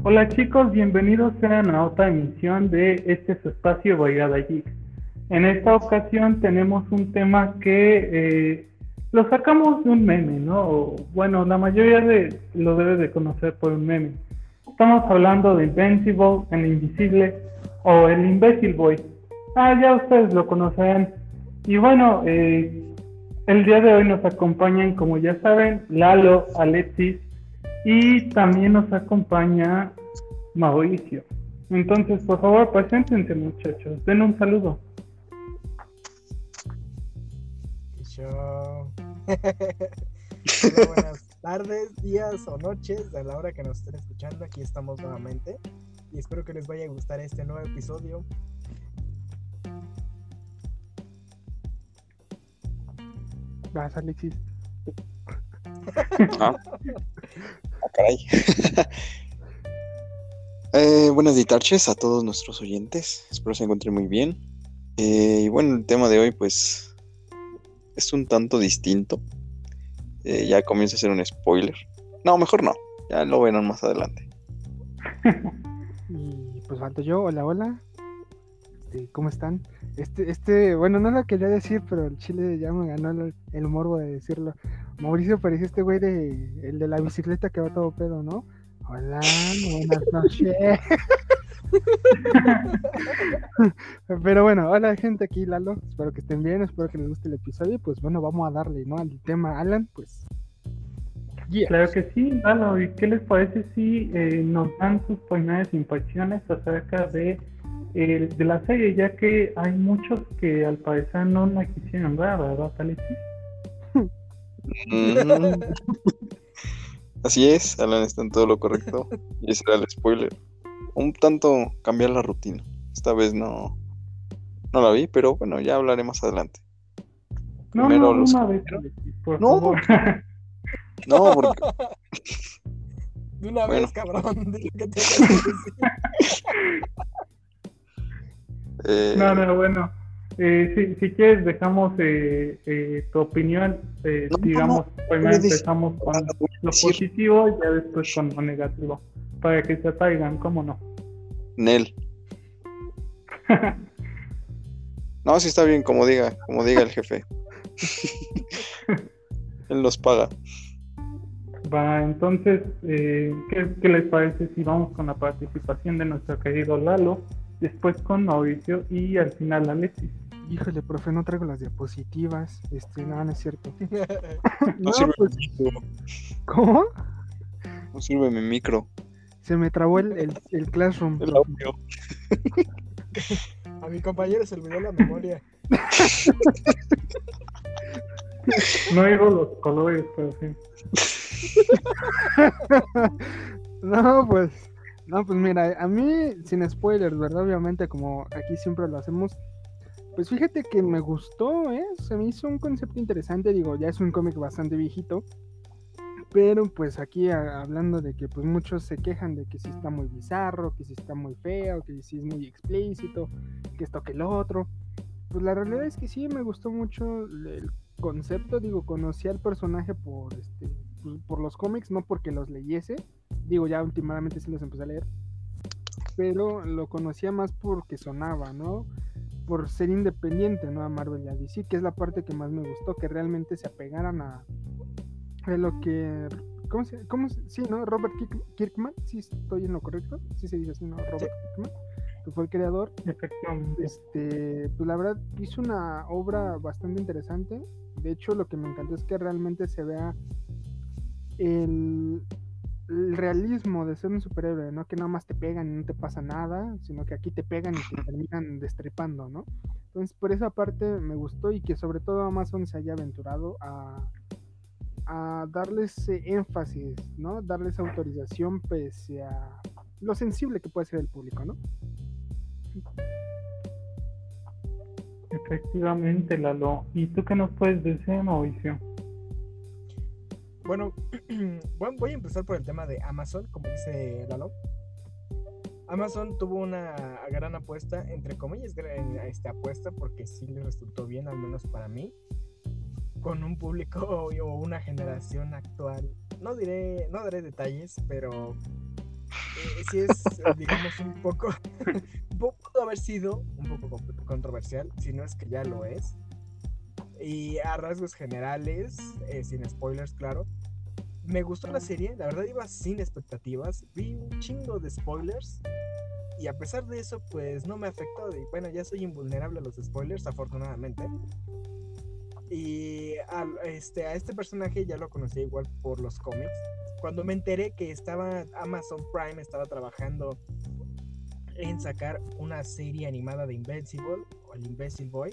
Hola chicos, bienvenidos sean a otra emisión de este su espacio Brigada Geek. En esta ocasión tenemos un tema que lo sacamos de un meme, ¿no? Bueno, la mayoría lo debe de conocer por un meme. Estamos hablando de Invincible, el Invisible o el Imbécil Boy. Ya ustedes lo conocerán. Y bueno, el día de hoy nos acompañan, como ya saben, Lalo, Alexis y también nos acompaña Mauricio. Entonces, por favor, preséntense muchachos, den un saludo. Yo. Hola, buenas tardes, días o noches, a la hora que nos estén escuchando. Aquí estamos nuevamente y espero que les vaya a gustar este nuevo episodio. Vas, Alexis. Caray. Buenas tardes a todos nuestros oyentes. Espero se encuentren muy bien. Y bueno, el tema de hoy, pues, es un tanto distinto. Ya comienza a ser un spoiler. No, mejor no. Ya lo verán más adelante. Y pues falto yo, hola. ¿Cómo están? Bueno, no lo quería decir, pero el chile ya me ganó el morbo de decirlo. Mauricio parecía este güey el de la bicicleta que va todo pedo, ¿no? Hola, buenas noches. Pero bueno, hola gente, aquí Lalo. Espero que estén bien, espero que les guste el episodio. Pues bueno, vamos a darle, ¿no? Al tema, Alan, pues. Yeah. Claro que sí, Lalo. ¿Y qué les parece si nos dan sus primeras impresiones acerca de la serie? Ya que hay muchos que al parecer no la quisieron ver, ¿verdad, Alexis? Así es, Alan está en todo lo correcto. Y ese era el spoiler. Un tanto cambiar la rutina. Esta vez no la vi, pero bueno, ya hablaré más adelante. Primero una vez, Alexis, por favor. No, porque... De una vez, cabrón, dile que te voy a decir. No, bueno. Si quieres dejamos tu opinión, digamos, primero empezamos con lo positivo y ya después con lo negativo, para que se atraigan, ¿cómo no? Nel. No, sí está bien, como diga el jefe. Él nos paga. Va, entonces, ¿qué les parece si vamos con la participación de nuestro querido Lalo, después con Mauricio y al final Alexis? Híjole, profe, no traigo las diapositivas. No es cierto. No sirve pues... mi micro. ¿Cómo? No sirve mi micro. Se me trabó el Classroom. El audio. A mi compañero se olvidó la memoria. No digo los colores, pero sí. No, pues mira, a mí, sin spoilers, ¿verdad? Obviamente, como aquí siempre lo hacemos, pues fíjate que me gustó, se me hizo un concepto interesante, digo, ya es un cómic bastante viejito, pero pues aquí hablando de que pues muchos se quejan de que sí está muy bizarro, que sí está muy feo, que sí es muy explícito, que esto que lo otro, pues la realidad es que sí me gustó mucho el concepto, digo, conocí al personaje por los cómics, no porque los leyese, digo, ya últimamente sí los empecé a leer, pero lo conocía más porque sonaba, ¿no? Por ser independiente, ¿no? A Marvel y a DC, que es la parte que más me gustó, que realmente se apegaran a lo que... Sí, ¿no? Robert Kirkman, sí estoy en lo correcto, sí se dice así, ¿no? Robert Kirkman, que fue el creador. Efectivamente. Pues la verdad hizo una obra bastante interesante. De hecho, lo que me encantó es que realmente se vea el realismo de ser un superhéroe, ¿no? Que nada más te pegan y no te pasa nada, sino que aquí te pegan y te terminan destripando, ¿no? Entonces, por esa parte me gustó y que sobre todo Amazon se haya aventurado a darles énfasis, ¿no? Darles autorización pese a lo sensible que puede ser el público, ¿no? Efectivamente, Lalo. ¿Y tú qué nos puedes decir, Mauricio? Bueno, voy a empezar por el tema de Amazon, como dice Lalo. Amazon tuvo una gran apuesta, entre comillas, apuesta, porque sí le resultó bien, al menos para mí, con un público o una generación actual. No daré detalles, pero sí es, digamos, un poco, pudo haber sido un poco controversial, si no es que ya lo es. Y a rasgos generales, sin spoilers, claro, me gustó la serie, la verdad iba sin expectativas, vi un chingo de spoilers y a pesar de eso, pues no me afectó. Y bueno, ya soy invulnerable a los spoilers, afortunadamente. Y a este personaje ya lo conocí igual por los cómics. Cuando me enteré que Amazon Prime estaba trabajando en sacar una serie animada de Invincible, o el Invisible Boy,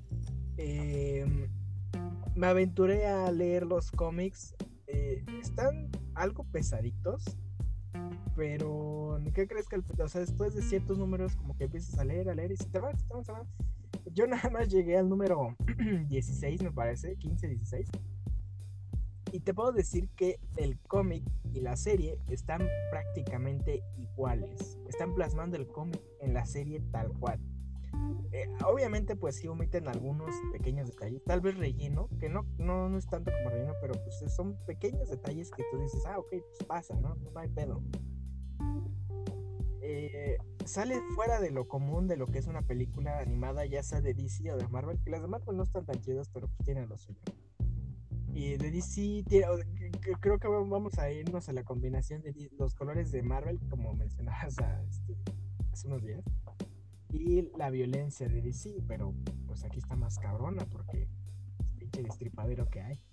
me aventuré a leer los cómics. Están algo pesaditos, pero ¿qué crees que o sea, después de ciertos números como que empiezas a leer y se te va. Yo nada más llegué al número 16, me parece, 15, 16. Y te puedo decir que el cómic y la serie están prácticamente iguales. Están plasmando el cómic en la serie tal cual. Obviamente pues sí omiten algunos pequeños detalles, tal vez relleno, que no es tanto como relleno, pero pues son pequeños detalles que tú dices, ok, pues pasa, no hay pedo. Sale fuera de lo común de lo que es una película animada, ya sea de DC o de Marvel, que las de Marvel no están tan chidas, pero pues tienen lo suyo. Y de DC creo que vamos a irnos a la combinación de los colores de Marvel, como mencionabas hace unos días, y la violencia de DC, pero pues aquí está más cabrona porque es pinche destripadero que hay.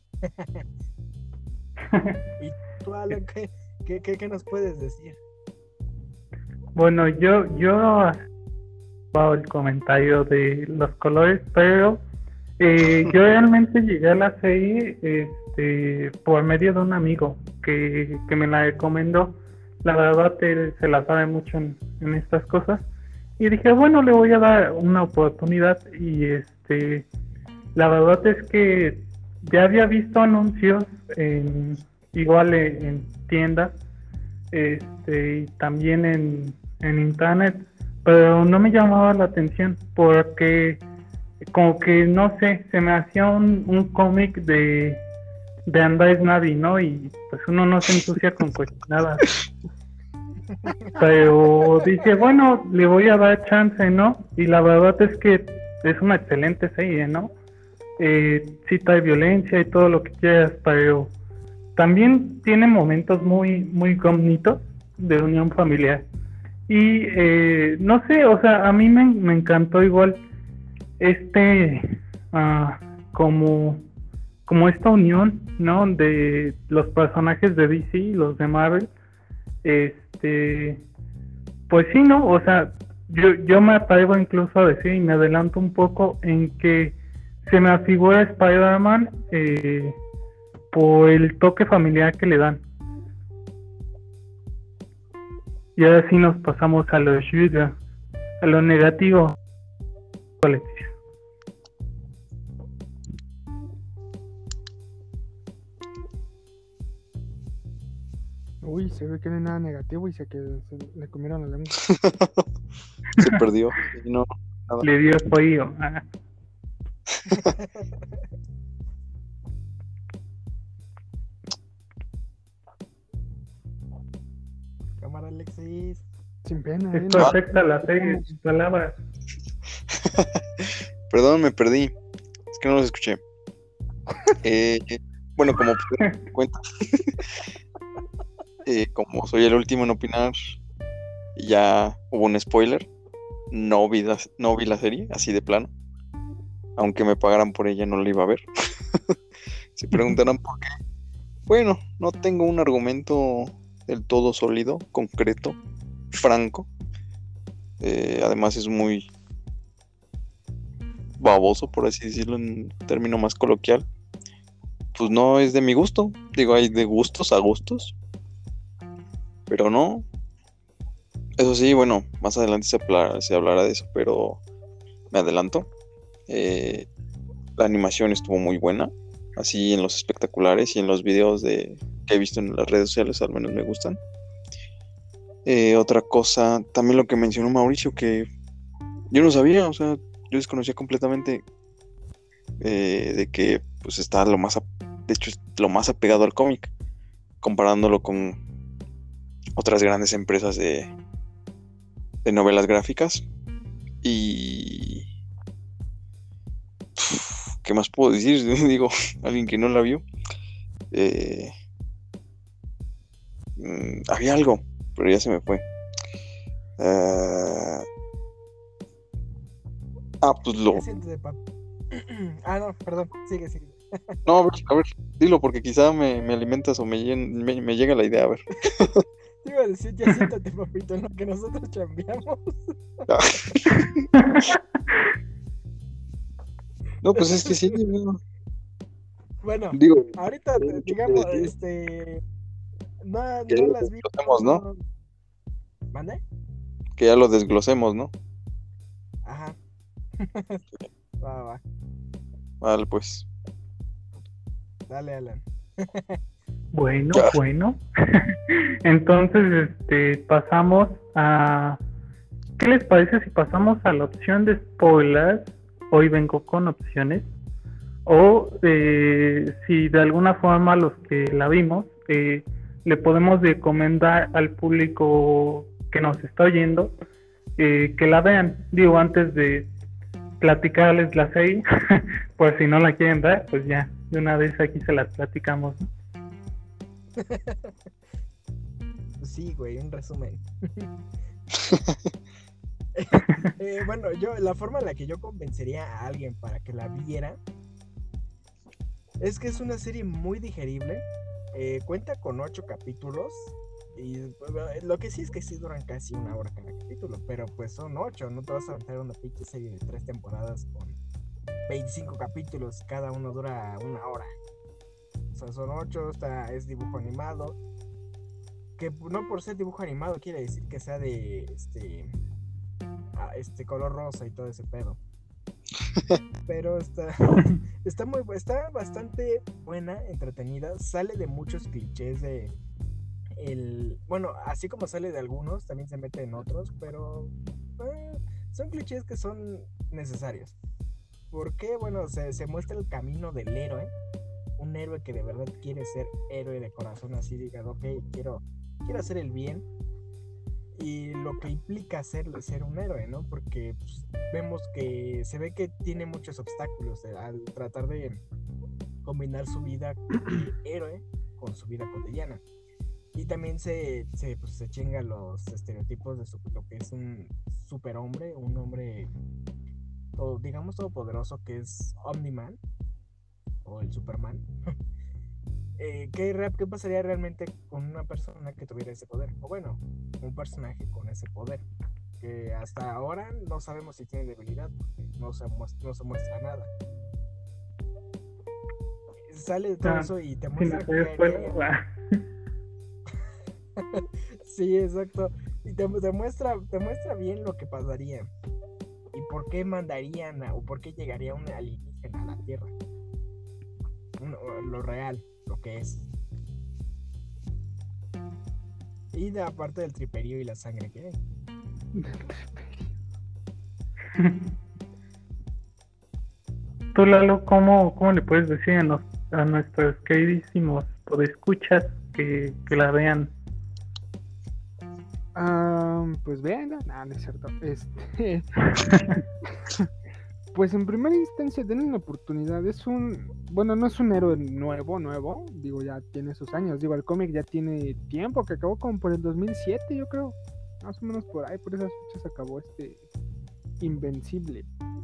Y tú, Alan, ¿qué nos puedes decir? Bueno, yo hago el comentario de los colores, pero yo realmente llegué a la serie por medio de un amigo que me la recomendó. La verdad se la sabe mucho en estas cosas. Y dije, bueno, le voy a dar una oportunidad. Y la verdad es que ya había visto anuncios igual en tiendas, y también en internet, pero no me llamaba la atención porque como que no sé, se me hacía un cómic de Andrés Navi, ¿no? Y pues uno no se ensucia con cuestionadas. Pero dije, bueno, le voy a dar chance, ¿no? Y la verdad es que es una excelente serie, ¿no? Sí trae violencia y todo lo que quieras, pero también tiene momentos muy, muy bonitos de unión familiar. Y no sé, o sea, a mí me encantó igual como esta unión, ¿no? De los personajes de DC y los de Marvel. Pues sí, ¿no? O sea, yo me atrevo incluso a decir, y me adelanto un poco, en que se me afigura Spider-Man por el toque familiar que le dan. Y ahora sí nos pasamos a lo negativo. Alexis. Uy, se ve que no hay nada negativo y se le comieron la lengua. Se perdió. No, nada. Le dio frío. Cámara, Alexis. Sin pena, Es perfecta la serie, sin palabras. Perdón, me perdí. Es que no los escuché. Bueno, como cuenta, como soy el último en opinar, ya hubo un spoiler. No vi la serie, así de plano. Aunque me pagaran por ella, no la iba a ver. Se preguntarán por qué. Bueno, no tengo un argumento del todo sólido, concreto, franco. Además es muy baboso, por así decirlo, en término más coloquial. Pues no es de mi gusto. Digo, hay de gustos a gustos. Pero no. Eso sí, bueno, más adelante se hablará de eso, pero me adelanto. La animación estuvo muy buena. Así en los espectaculares y en los videos que he visto en las redes sociales, al menos me gustan. Otra cosa, también lo que mencionó Mauricio, que yo no sabía, o sea, yo desconocía completamente de que pues está de hecho lo más apegado al cómic, comparándolo con otras grandes empresas de novelas gráficas. Y ¿qué más puedo decir? Digo, alguien que no la vio. Había algo, pero ya se me fue. Pues lo... Siéntate, papi. No, perdón, sigue. No, a ver, dilo, porque quizá me alimentas o me llega la idea, a ver. Te iba a decir, ya siéntate, papito, en lo que nosotros chambeamos. No, pues es que sí, no. Bueno, Digo, ahorita, digamos, no las vi. Desglosemos, ¿no? ¿Mande? Que ya lo desglosemos, ¿no? Ajá. Va. Vale, pues. Dale, Alan. Bueno. Entonces, pasamos a... ¿Qué les parece si pasamos a la opción de spoilers? Hoy vengo con opciones. O si de alguna forma los que la vimos, le podemos recomendar al público que nos está oyendo que la vean. Digo, antes de platicarles la serie, por si no la quieren ver, pues ya, de una vez aquí se las platicamos, ¿no? Sí, güey, un resumen. Bueno, la forma en la que yo convencería a alguien para que la viera es que es una serie muy digerible. Cuenta con 8 capítulos. Y lo que sí es que sí duran casi 1 hora cada capítulo. Pero pues son 8. No te vas a aventar una pinche serie de 3 temporadas con 25 capítulos. Cada uno dura 1 hora. O sea, son 8. Es dibujo animado. Que no por ser dibujo animado quiere decir que sea de color rosa y todo ese pedo. Pero está bastante buena, entretenida. Sale de muchos clichés bueno, así como sale de algunos, también se mete en otros, pero son clichés que son necesarios. Porque, bueno, se muestra el camino del héroe. Un héroe que de verdad quiere ser héroe de corazón, así diga, ok, quiero hacer el bien. Y lo que implica ser un héroe, ¿no? Porque pues, vemos que se ve que tiene muchos obstáculos al tratar de combinar su vida de héroe con su vida cotidiana. Y también se chinga los estereotipos de lo que es un superhombre, un hombre todopoderoso, que es Omni-Man o el Superman. ¿Qué pasaría realmente con una persona que tuviera ese poder? O bueno, un personaje con ese poder, que hasta ahora no sabemos si tiene debilidad, porque no se muestra nada. Sale de todo eso y te muestra Sí, exacto. Y te muestra bien lo que pasaría y por qué mandarían o por qué llegaría un alienígena a la Tierra. Lo real, lo que es. Y de aparte del triperío y la sangre que hay. Tú, Lalo, ¿cómo le puedes decir a nuestros queridísimos podescuchas que la vean? Pues vean, no es cierto. Pues en primera instancia denle una oportunidad. No es un héroe nuevo, digo, ya tiene sus años. Digo, el cómic ya tiene tiempo, que acabó como por el 2007, yo creo. Más o menos por ahí, por esas fechas acabó Invencible.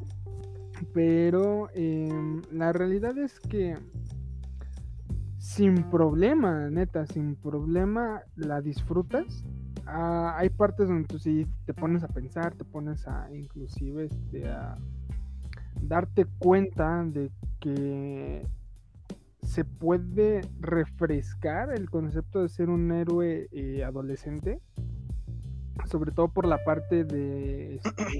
Pero la realidad es que sin problema la disfrutas. Hay partes donde tú sí te pones a pensar, te pones a inclusive a darte cuenta de que se puede refrescar el concepto de ser un héroe adolescente, sobre todo por la parte de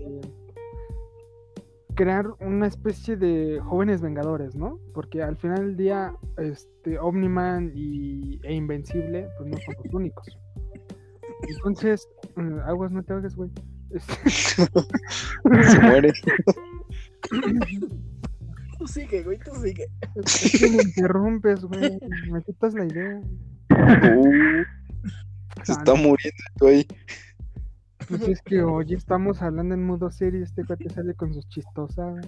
crear una especie de jóvenes vengadores, ¿no? Porque al final del día Omni-Man e Invencible pues no son los únicos. Entonces, aguas, no te hagas, güey. Se muere. Tú sigue, güey, tú sigue. Es que me interrumpes, güey. Me quitas la idea. Se está muriendo tú ahí. Pues es que, oye, estamos hablando en modo serio, este cuate sale con sus chistosadas.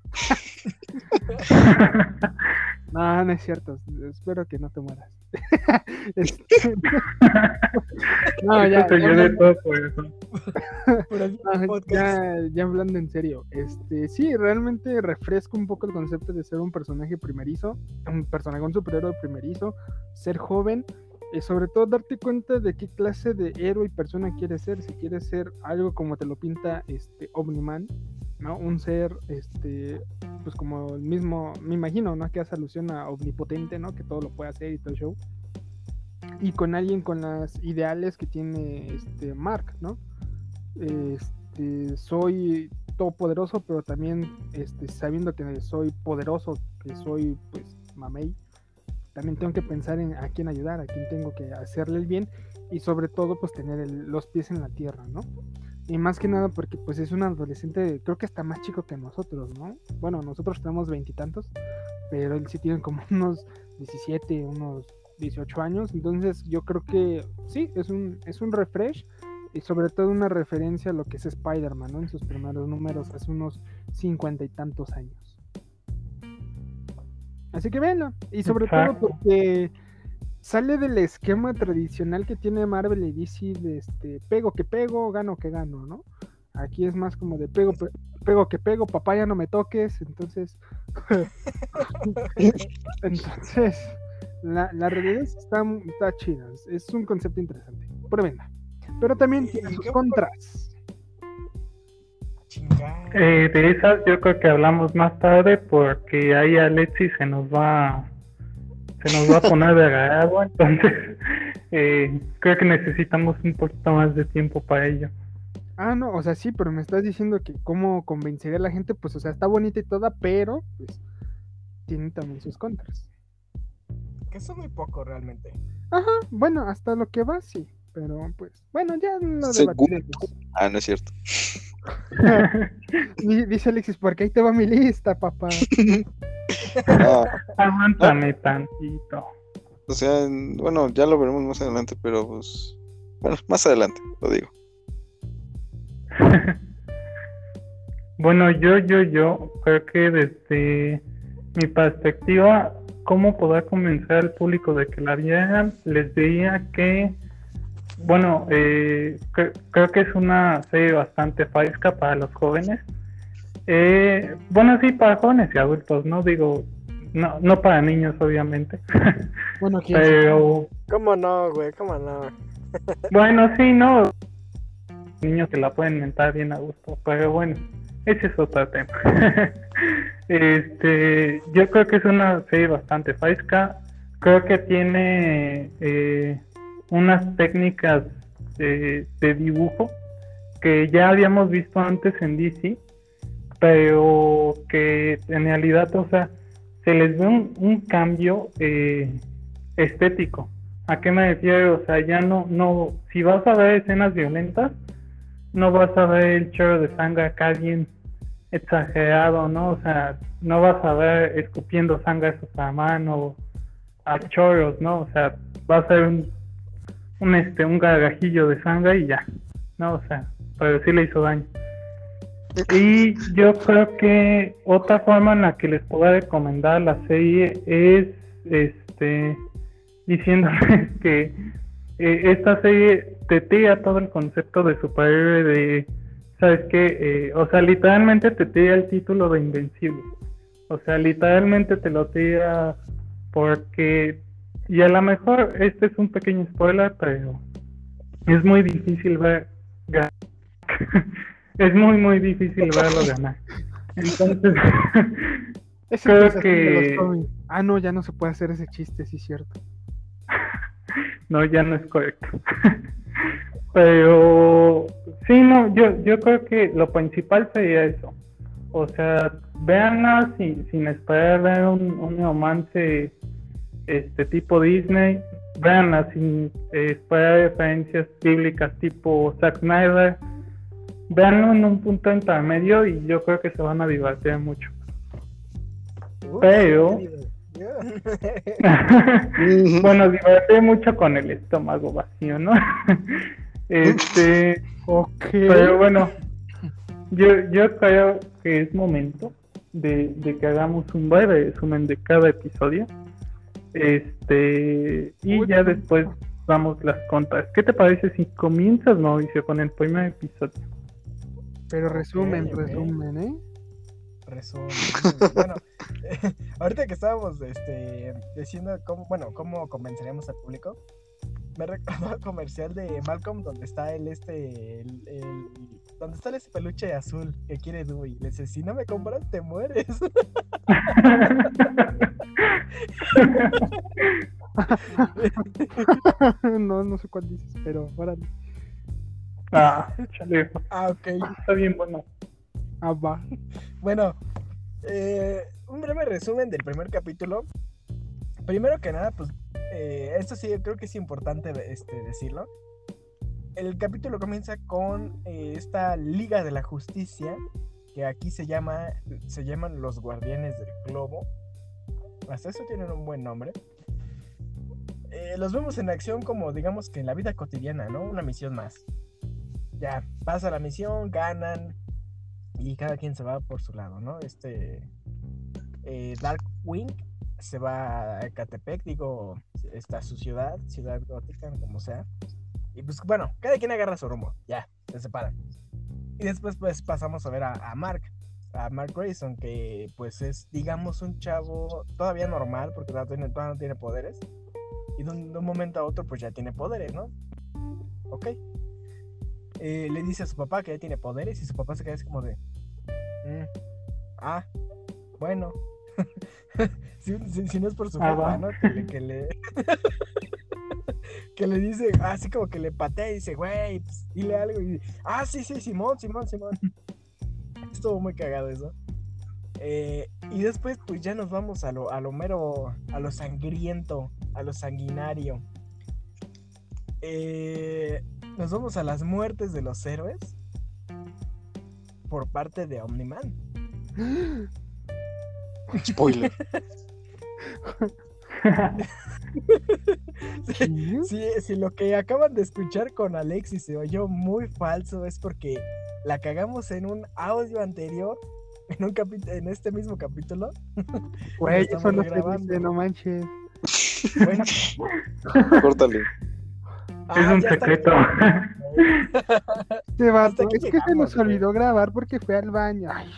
No, no es cierto, espero que no te mueras. No, ya, Eso ya, de todo por eso. ya hablando en serio, sí, realmente refresca un poco el concepto de ser un personaje primerizo, un superhéroe primerizo, ser joven, sobre todo darte cuenta de qué clase de héroe y persona quieres ser, si quieres ser algo como te lo pinta Omni-Man, ¿no? Un ser, pues como el mismo, me imagino, ¿no? Que hace alusión a omnipotente, ¿no? Que todo lo puede hacer y todo el show. Y con alguien con las ideales que tiene Mark, ¿no? Soy todopoderoso, pero también sabiendo que soy poderoso, que soy pues mamey, también tengo que pensar en a quién ayudar, a quién tengo que hacerle el bien y sobre todo pues tener los pies en la tierra, ¿no? Y más que nada porque pues es un adolescente, creo que está más chico que nosotros, ¿no? Bueno, nosotros tenemos 20 y tantos, pero él sí tiene como unos 17, unos 18 años, entonces yo creo que sí, es un refresh y sobre todo una referencia a lo que es Spider-Man, ¿no? En sus primeros números hace unos 50 y tantos años. Así que bueno, y sobre todo porque sale del esquema tradicional que tiene Marvel y DC de pego que pego, gano que gano, ¿no? Aquí es más como de pego que pego, papá ya no me toques, entonces la realidad está chida, es un concepto interesante, pruébenla, pero también tiene sus contras. De esas yo creo que hablamos más tarde porque ahí Alexis se nos va a poner de agua, entonces creo que necesitamos un poquito más de tiempo para ello. No, o sea, sí, pero me estás diciendo que cómo convencería a la gente, pues, o sea, está bonita y toda, pero pues tiene también sus contras. Que son muy poco realmente. Ajá, bueno, hasta lo que va, sí, pero pues, bueno, ya lo debatiremos. No es cierto. Dice Alexis, porque ahí te va mi lista, papá. Aguántame tantito. O sea, bueno, ya lo veremos más adelante, pero pues, bueno, más adelante, lo digo. Bueno, yo creo que desde mi perspectiva, cómo poder convencer al público de que la vieran, les diría que bueno, creo que es una serie bastante fresca para los jóvenes. Bueno, sí, para jóvenes y adultos, no digo, no para niños, obviamente. Bueno, pero ¿Cómo no, güey? ¿Cómo no? Bueno, sí, no. Niños que la pueden mentar bien a gusto, pero bueno, ese es otro tema. Yo creo que es una serie bastante fresca. Creo que tiene unas técnicas de dibujo que ya habíamos visto antes en DC, pero que en realidad, o sea, se les ve un cambio estético. ¿A qué me refiero? O sea, ya no, si vas a ver escenas violentas, no vas a ver el chorro de sangre acá bien exagerado, ¿no? O sea, no vas a ver escupiendo sangre a su mano a chorros, ¿no? O sea, va a ser un gargajillo de sangre y ya, ¿no? O sea, pero sí le hizo daño. Y yo creo que otra forma en la que les puedo recomendar la serie es diciéndoles que esta serie te tira todo el concepto de superhéroe de, ¿sabes qué? O sea, literalmente te tira el título de Invencible. O sea, literalmente te lo tira porque, y a lo mejor este es un pequeño spoiler, pero es muy difícil ver ganar. Es muy, muy difícil verlo ganar. Entonces, creo que... no, ya no se puede hacer ese chiste, sí es cierto. No, ya no es correcto. Pero sí, no, yo creo que lo principal sería eso. O sea, véanla sin esperar ver un romance tipo Disney. Véanla sin esperar referencias bíblicas tipo Zack Snyder. Véanlo en un punto intermedio y yo creo que se van a divertir mucho. Pero Bueno, divagué mucho con el estómago vacío, ¿no? Ok. Pero bueno, yo creo que es momento de que hagamos un breve resumen de cada episodio. Y ya después damos las contras. ¿Qué te parece si comienzas, Mauricio, con el primer episodio? Pero Ok. resumen, ¿eh? Resumen. Bueno, ahorita que estábamos diciendo cómo convenceríamos al público, me recordó el comercial de Malcolm donde está donde está ese peluche azul que quiere Dewey. Le dice, si no me compras, te mueres. No sé cuál dices, pero órale. Chale, Ok. está bien bueno. Va. Bueno, un breve resumen del primer capítulo. Primero que nada, pues, esto sí, creo que es importante decirlo. El capítulo comienza con esta Liga de la Justicia, que aquí se llaman los Guardianes del Globo. Hasta eso tienen un buen nombre. Los vemos en acción como, digamos que en la vida cotidiana, ¿no? Una misión más. Ya, pasa la misión, ganan, y cada quien se va por su lado, ¿no? Darkwing se va a Ecatepec, digo, está su ciudad gótica, como sea. Y pues bueno, cada quien agarra su rumbo, ya, se separan. Y después pues pasamos a ver a Mark Grayson, que pues es, digamos, un chavo todavía normal, porque todavía no tiene poderes. Y de un momento a otro pues ya tiene poderes, ¿no? Ok. Le dice a su papá que ya tiene poderes y su papá se queda así como de... bueno. si no es por su jefa, ¿no? Que le que le dice, así como que le patea y dice, güey, pues, dile algo. Y sí, Simón. Estuvo muy cagado eso. Y después pues ya nos vamos a lo mero, a lo sangriento, a lo sanguinario. Nos vamos a las muertes de los héroes por parte de Omni-Man. Spoiler. Si lo que acaban de escuchar con Alexis se oyó muy falso, es porque la cagamos en un audio anterior, en este mismo capítulo. Güey, eso no se dice, no manches. Bueno. Córtale. Es un secreto. Este vato, es que se nos olvidó grabar porque fue al baño. Ay.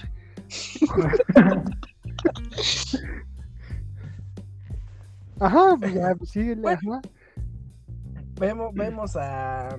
Ajá, pues ya, pues síguele, bueno, ajá. Vemos a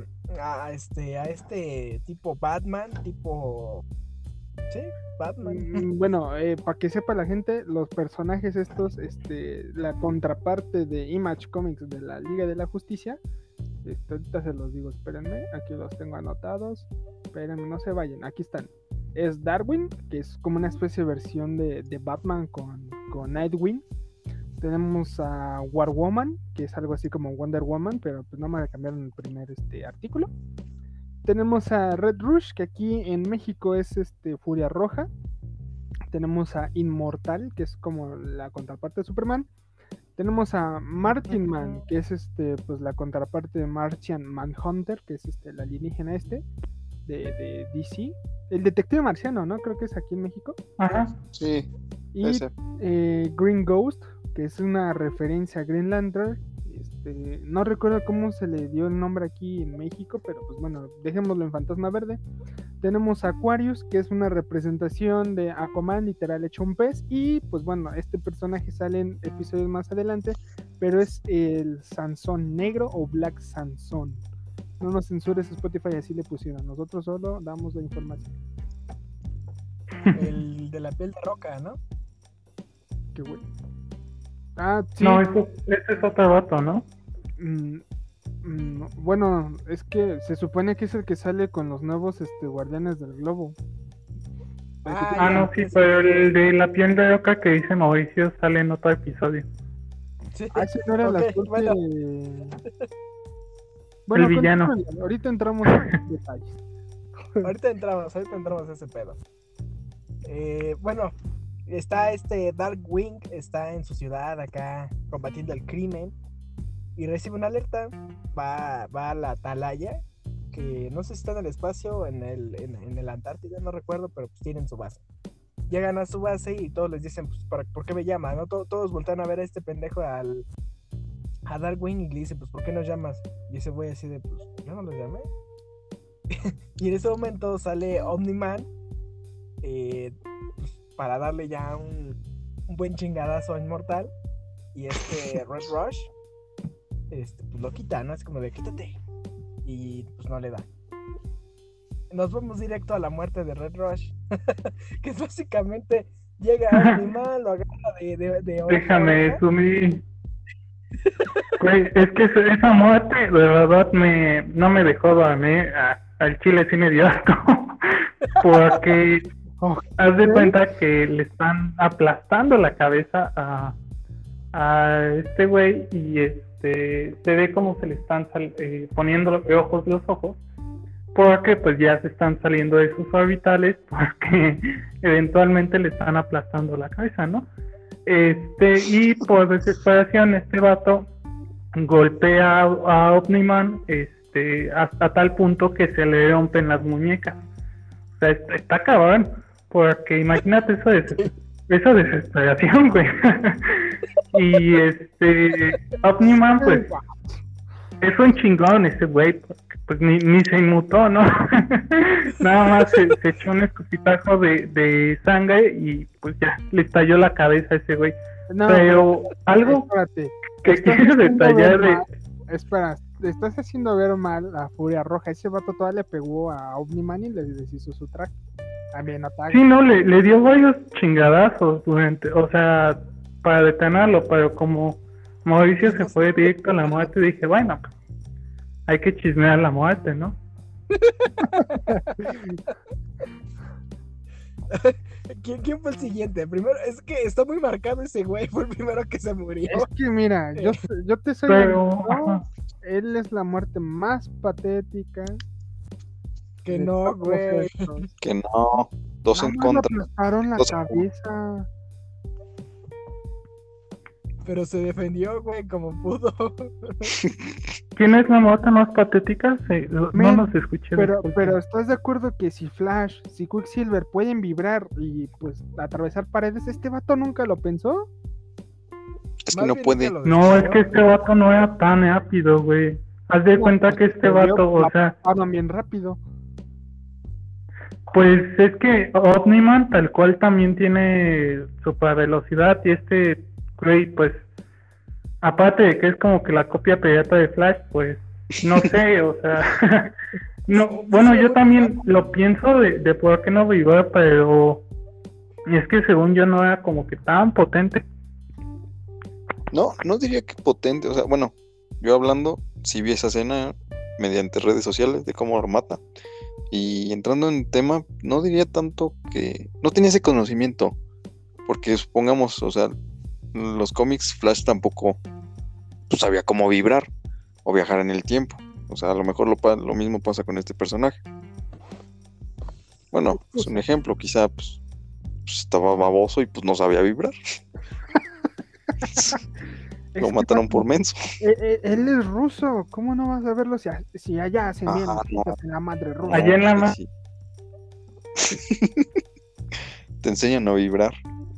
este tipo Batman, sí, Batman. Bueno, para que sepa la gente, los personajes estos, la contraparte de Image Comics de la Liga de la Justicia, ahorita se los digo, espérenme, aquí los tengo anotados, espérenme, no se vayan, aquí están. Es Darwin, que es como una especie de versión de Batman con Nightwing. Tenemos a War Woman, que es algo así como Wonder Woman, pero pues no me cambiaron el primer artículo. Tenemos a Red Rouge, que aquí en México es Furia Roja. Tenemos a Inmortal, que es como la contraparte de Superman. Tenemos a Martian Man, que es pues la contraparte de Martian Manhunter, que es el alienígena de DC. El detective marciano, ¿no? Creo que es aquí en México. Ajá. Sí. Y Green Ghost, que es una referencia a Green Lantern. No recuerdo cómo se le dio el nombre aquí en México, pero pues bueno, dejémoslo en Fantasma Verde. Tenemos a Aquarius, que es una representación de Aquaman, literal hecho un pez. Y pues bueno, este personaje sale en episodios más adelante, pero es el Sansón negro o Black Sansón. No nos censures Spotify, así le pusieron. Nosotros solo damos la información. El de la piel de roca, ¿no? Qué bueno. Sí. No, este es otro vato, ¿no? Bueno, es que se supone que es el que sale con los nuevos Guardianes del Globo. No, sí, pero el de la piel de roca que dice Mauricio sale en otro episodio. Sí. Ese no era Okay, la Bueno, el villano. Ahorita entramos en detalles. Ahorita entramos a ese pedo. Bueno, está Darkwing, está en su ciudad acá combatiendo el crimen y recibe una alerta. Va a la Atalaya, que no sé si está en el espacio, en el Antártida, no recuerdo, pero pues tienen su base. Llegan a su base y todos les dicen, pues, ¿por qué me llaman? ¿No? Todos voltean a ver a este pendejo, a Darkwing, y le dicen, pues, ¿por qué nos llamas? Y ese güey así de, pues, yo no los llamé. Y en ese momento sale Omni-Man, pues, para darle ya un buen chingadazo a Inmortal. Y Red Rush, pues lo quita, ¿no? Es como de, quítate. Y pues no le da. Nos vamos directo a la muerte de Red Rush. Que es básicamente, llega Omni-Man, lo agarra de Déjame sumir. Güey, es que esa muerte de verdad no me dejó dormir. Al chile sí me dio asco. Porque haz de cuenta que le están aplastando la cabeza a este güey y se ve como se le están poniendo los ojos, porque pues ya se están saliendo de sus orbitales, porque eventualmente le están aplastando la cabeza, ¿no? Y por desesperación este vato golpea a Omni-Man hasta tal punto que se le rompen las muñecas. O sea, está cabrón, porque imagínate esa desesperación, güey. Y Omni-Man, pues, es un chingón ese güey, porque pues ni se inmutó, ¿no? Nada más se echó un escupitajo de sangre y pues ya le estalló la cabeza a ese güey. No, pero algo espérate, que quiero detallar Espera, te estás haciendo ver mal a Furia Roja. Ese vato todavía le pegó a Omni-Man y le deshizo su traje. También ataque. Sí, no, le dio varios chingadazos o sea, para detenerlo, pero como Mauricio se fue directo a la muerte, dije, bueno, pues, hay que chismear la muerte, ¿no? ¿Quién fue el siguiente? Primero, es que está muy marcado ese güey, fue el primero que se murió. Es que mira, yo te soy honesto, él es la muerte más patética. Que no, güey. Que no, dos en contra. Le aplastaron la cabeza. Pero se defendió, güey, como pudo. ¿Quién es la muerte más patética? No nos escuché. Pero ¿estás de acuerdo que si Flash, si Quicksilver pueden vibrar y pues atravesar paredes, este vato nunca lo pensó? Es que no puede. No, es que este vato no era tan rápido, güey. Haz de cuenta que este vato, o sea... Hablan bien rápido. Pues es que Omni-Man tal cual también tiene super velocidad y güey, pues, aparte de que es como que la copia pirata de Flash, pues, no sé, o sea, no, bueno, yo también lo pienso de por qué no vibrar, pero es que según yo no era como que tan potente. No diría que potente, o sea, bueno, yo hablando, sí vi esa escena mediante redes sociales de cómo lo mata, y entrando en tema, no diría tanto que, no tenía ese conocimiento, porque supongamos, o sea, los cómics Flash tampoco pues, sabía cómo vibrar o viajar en el tiempo. O sea, a lo mejor lo mismo pasa con este personaje. Bueno, es un ejemplo, quizá pues estaba baboso y pues no sabía vibrar. Lo mataron por menso. Él es ruso, ¿cómo no vas a verlo si allá hacen bien en la madre rusa? Allá en la madre. Sí. Te enseñan a vibrar.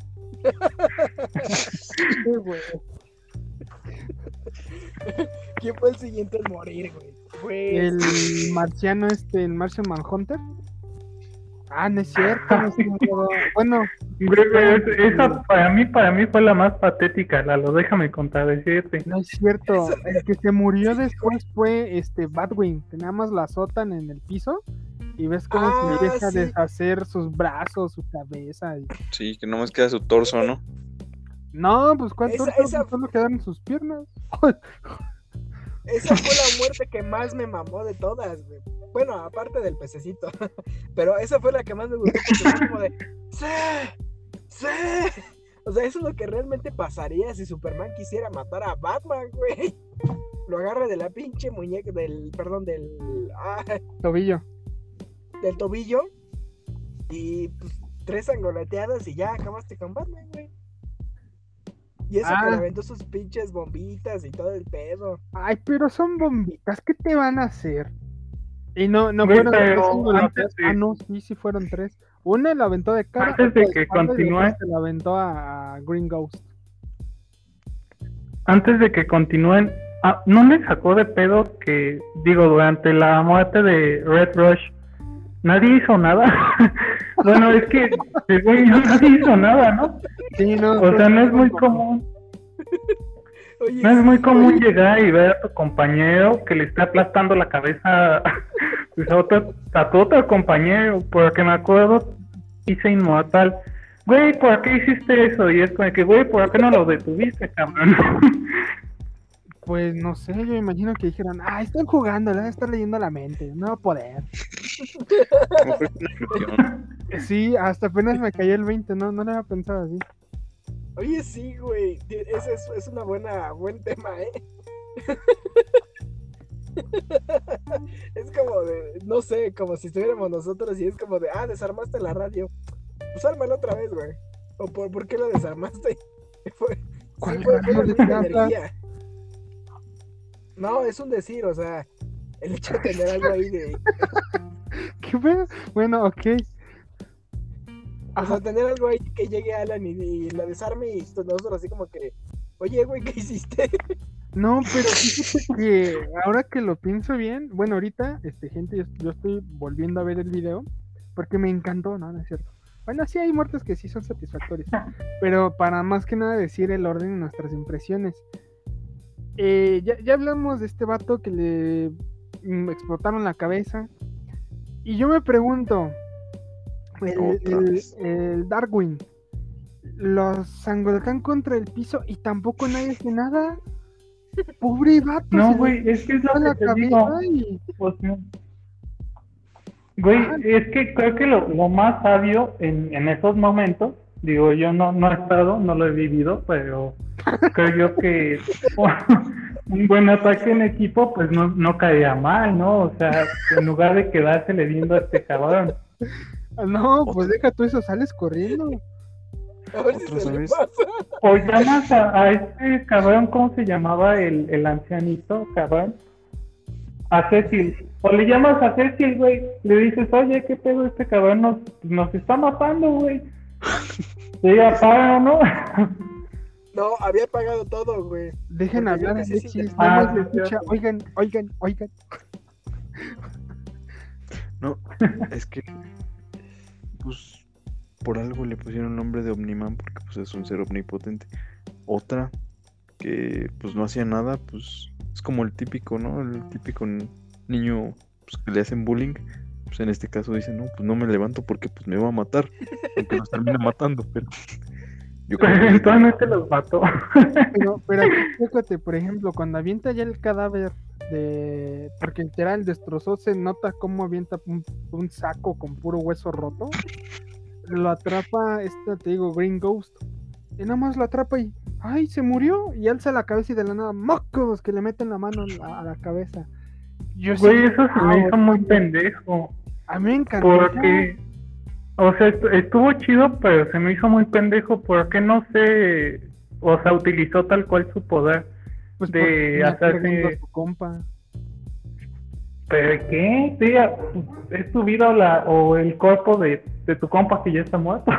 ¿Quién fue el siguiente en morir, güey? El marciano el Martian Manhunter. No es cierto. Bueno, esa para mí fue la más patética, Lalo, déjame contradecirte. No es cierto, el que se murió después fue Batwing, que nada más la azotan en el piso y ves cómo se empieza a deshacer sus brazos, su cabeza. Sí, que nomás queda su torso, ¿no? No, pues ¿cuál torso? Solo quedaron sus piernas. Esa fue la muerte que más me mamó de todas, güey. Bueno, aparte del pececito. Pero esa fue la que más me gustó porque fue como de ¡Sí! O sea, eso es lo que realmente pasaría si Superman quisiera matar a Batman, güey. Lo agarra de la pinche muñeca, del tobillo. Del tobillo. Y pues, 3 sangoloteadas y ya acabaste con Batman, güey. Y eso que le aventó sus pinches bombitas y todo el pedo. Ay, pero son bombitas, ¿qué te van a hacer? Y no Güey, fueron pero 3 sangoloteadas. antes de- Ah, no, sí fueron 3. Una la aventó de cara, Antes otra de de que espalda, y continúe. otra se la aventó a Green Ghost. Antes de que continúen, ¿no les sacó de pedo que, digo, durante la muerte de Red Rush, nadie hizo nada? Bueno, es que, güey, nadie hizo nada, ¿no? Sí, no, O sea, no es muy común. Oye, No es muy sí, común güey. llegar y ver a tu compañero que le está aplastando la cabeza pues, a tu otro compañero, porque me acuerdo, hice inmortal. Güey, ¿por qué hiciste eso? Y es como que, güey, ¿por qué no lo detuviste, cabrón? Pues no sé, yo me imagino que dijeron, están jugando, le van a estar leyendo la mente, no va a poder. Como fue una ilusión. Sí, hasta apenas me cayó el 20, no lo había pensado así. Oye, sí, güey. Ese es una buen tema, ¿eh? Es como de, no sé, como si estuviéramos nosotros y es como de, desarmaste la radio. Pues ármala otra vez, güey. ¿O por qué la desarmaste? ¿Cuál Sí, fue radio la de misma qué hablas? energía. No, es un decir, o sea, el hecho de tener algo ahí de, ¿Qué fue? Bueno, ok. o sea, tener algo ahí que llegue Alan y la desarme y nosotros así como que, oye, güey, ¿qué hiciste? No, pero fíjate que ahora que lo pienso bien, bueno, ahorita, gente, yo estoy volviendo a ver el video porque me encantó, ¿no? No es cierto. Bueno, sí hay muertes que sí son satisfactorias, pero para más que nada decir el orden de nuestras impresiones. Ya hablamos de este vato que le explotaron la cabeza y yo me pregunto, Otra vez. el Darwin, los sangolotean contra el piso y tampoco nadie hace nada. Pobre vato, No, se le güey, es que es lo explotó la que te digo. cabeza y... O sea, güey, Ajá. es que creo que lo más sabio en esos momentos, digo, yo no he estado, no lo he vivido, pero creo yo que un buen ataque en equipo, pues no caería mal, ¿no? O sea, en lugar de quedársele viendo a este cabrón. No, pues deja tú eso, sales corriendo. A ver si Otra se le vez. pasa. O llamas a este cabrón, ¿cómo se llamaba el ancianito, cabrón? A Cecil. O le llamas a Cecil, güey. Le dices, oye, ¿qué pedo? Este cabrón nos está matando, güey. Le diga, para, ¿no? No, había pagado todo, güey. Dejen Porque hablar a creo que sí, sí, Alexis, ya- nada más sí, le escucha, cierto. oigan. No, es que, pues, por algo le pusieron el nombre de Omniman porque pues es un ser omnipotente. Otra que pues no hacía nada, pues es como el típico, ¿no? El típico niño pues, que le hacen bullying. Pues en este caso dice, no, pues no me levanto porque pues me va a matar. Aunque nos termina matando, pero yo creo que Eventualmente los mató. Pero aquí, fíjate, por ejemplo, cuando avienta ya el cadáver porque literal destrozó, se nota cómo avienta un saco con puro hueso roto. Lo atrapa, te digo, Green Ghost. Y nada más lo atrapa y, ¡ay, se murió! Y alza la cabeza y de la nada, ¡mocos! Que le meten la mano a la cabeza. Yo sí, Güey, eso se me hizo muy tío. pendejo. A mí me encantó. Porque, o sea, estuvo chido, pero se me hizo muy pendejo porque no se, o sea, utilizó tal cual su poder Pues de porque tenía cargando a hacerse. su compa. ¿Pero qué? Sí, es tu vida o el cuerpo de tu compa que ya está muerto.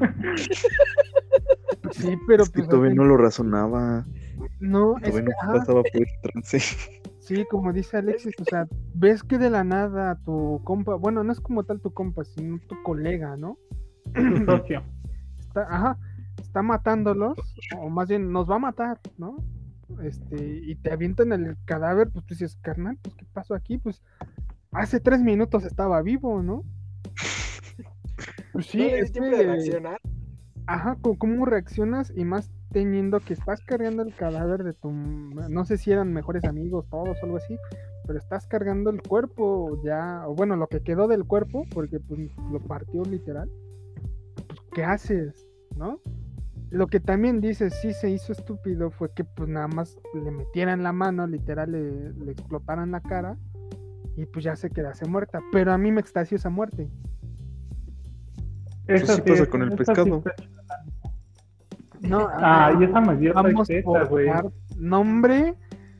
Sí, pero es que pues todavía no lo razonaba. no, es Todavía que, no pasaba por el trance. sí, como dice Alexis, o sea, ves que de la nada tu compa, bueno, no es como tal tu compa, sino tu colega, ¿no? Tu socio. Está matándolos, o más bien nos va a matar, ¿no? Y te avientan el cadáver, pues tú dices, carnal, pues ¿qué pasó aquí? Pues hace 3 minutos estaba vivo, ¿no? Pues sí, no le di tiempo de reaccionar. Ajá, ¿cómo reaccionas? Y más teniendo que estás cargando el cadáver de tu... No sé si eran mejores amigos todos o algo así, pero estás cargando el cuerpo ya, o bueno, lo que quedó del cuerpo, porque pues lo partió literal. Pues, ¿qué haces? ¿No? Lo que también dices, sí se hizo estúpido, fue que pues nada más le metieran la mano, literal, le explotaran la cara, y pues ya se quedase muerta. Pero a mí me extasió esa muerte. Eso sí pasa con el esa pescado. está chida. No, Y esa me dio vamos tristeza, por güey. nombre.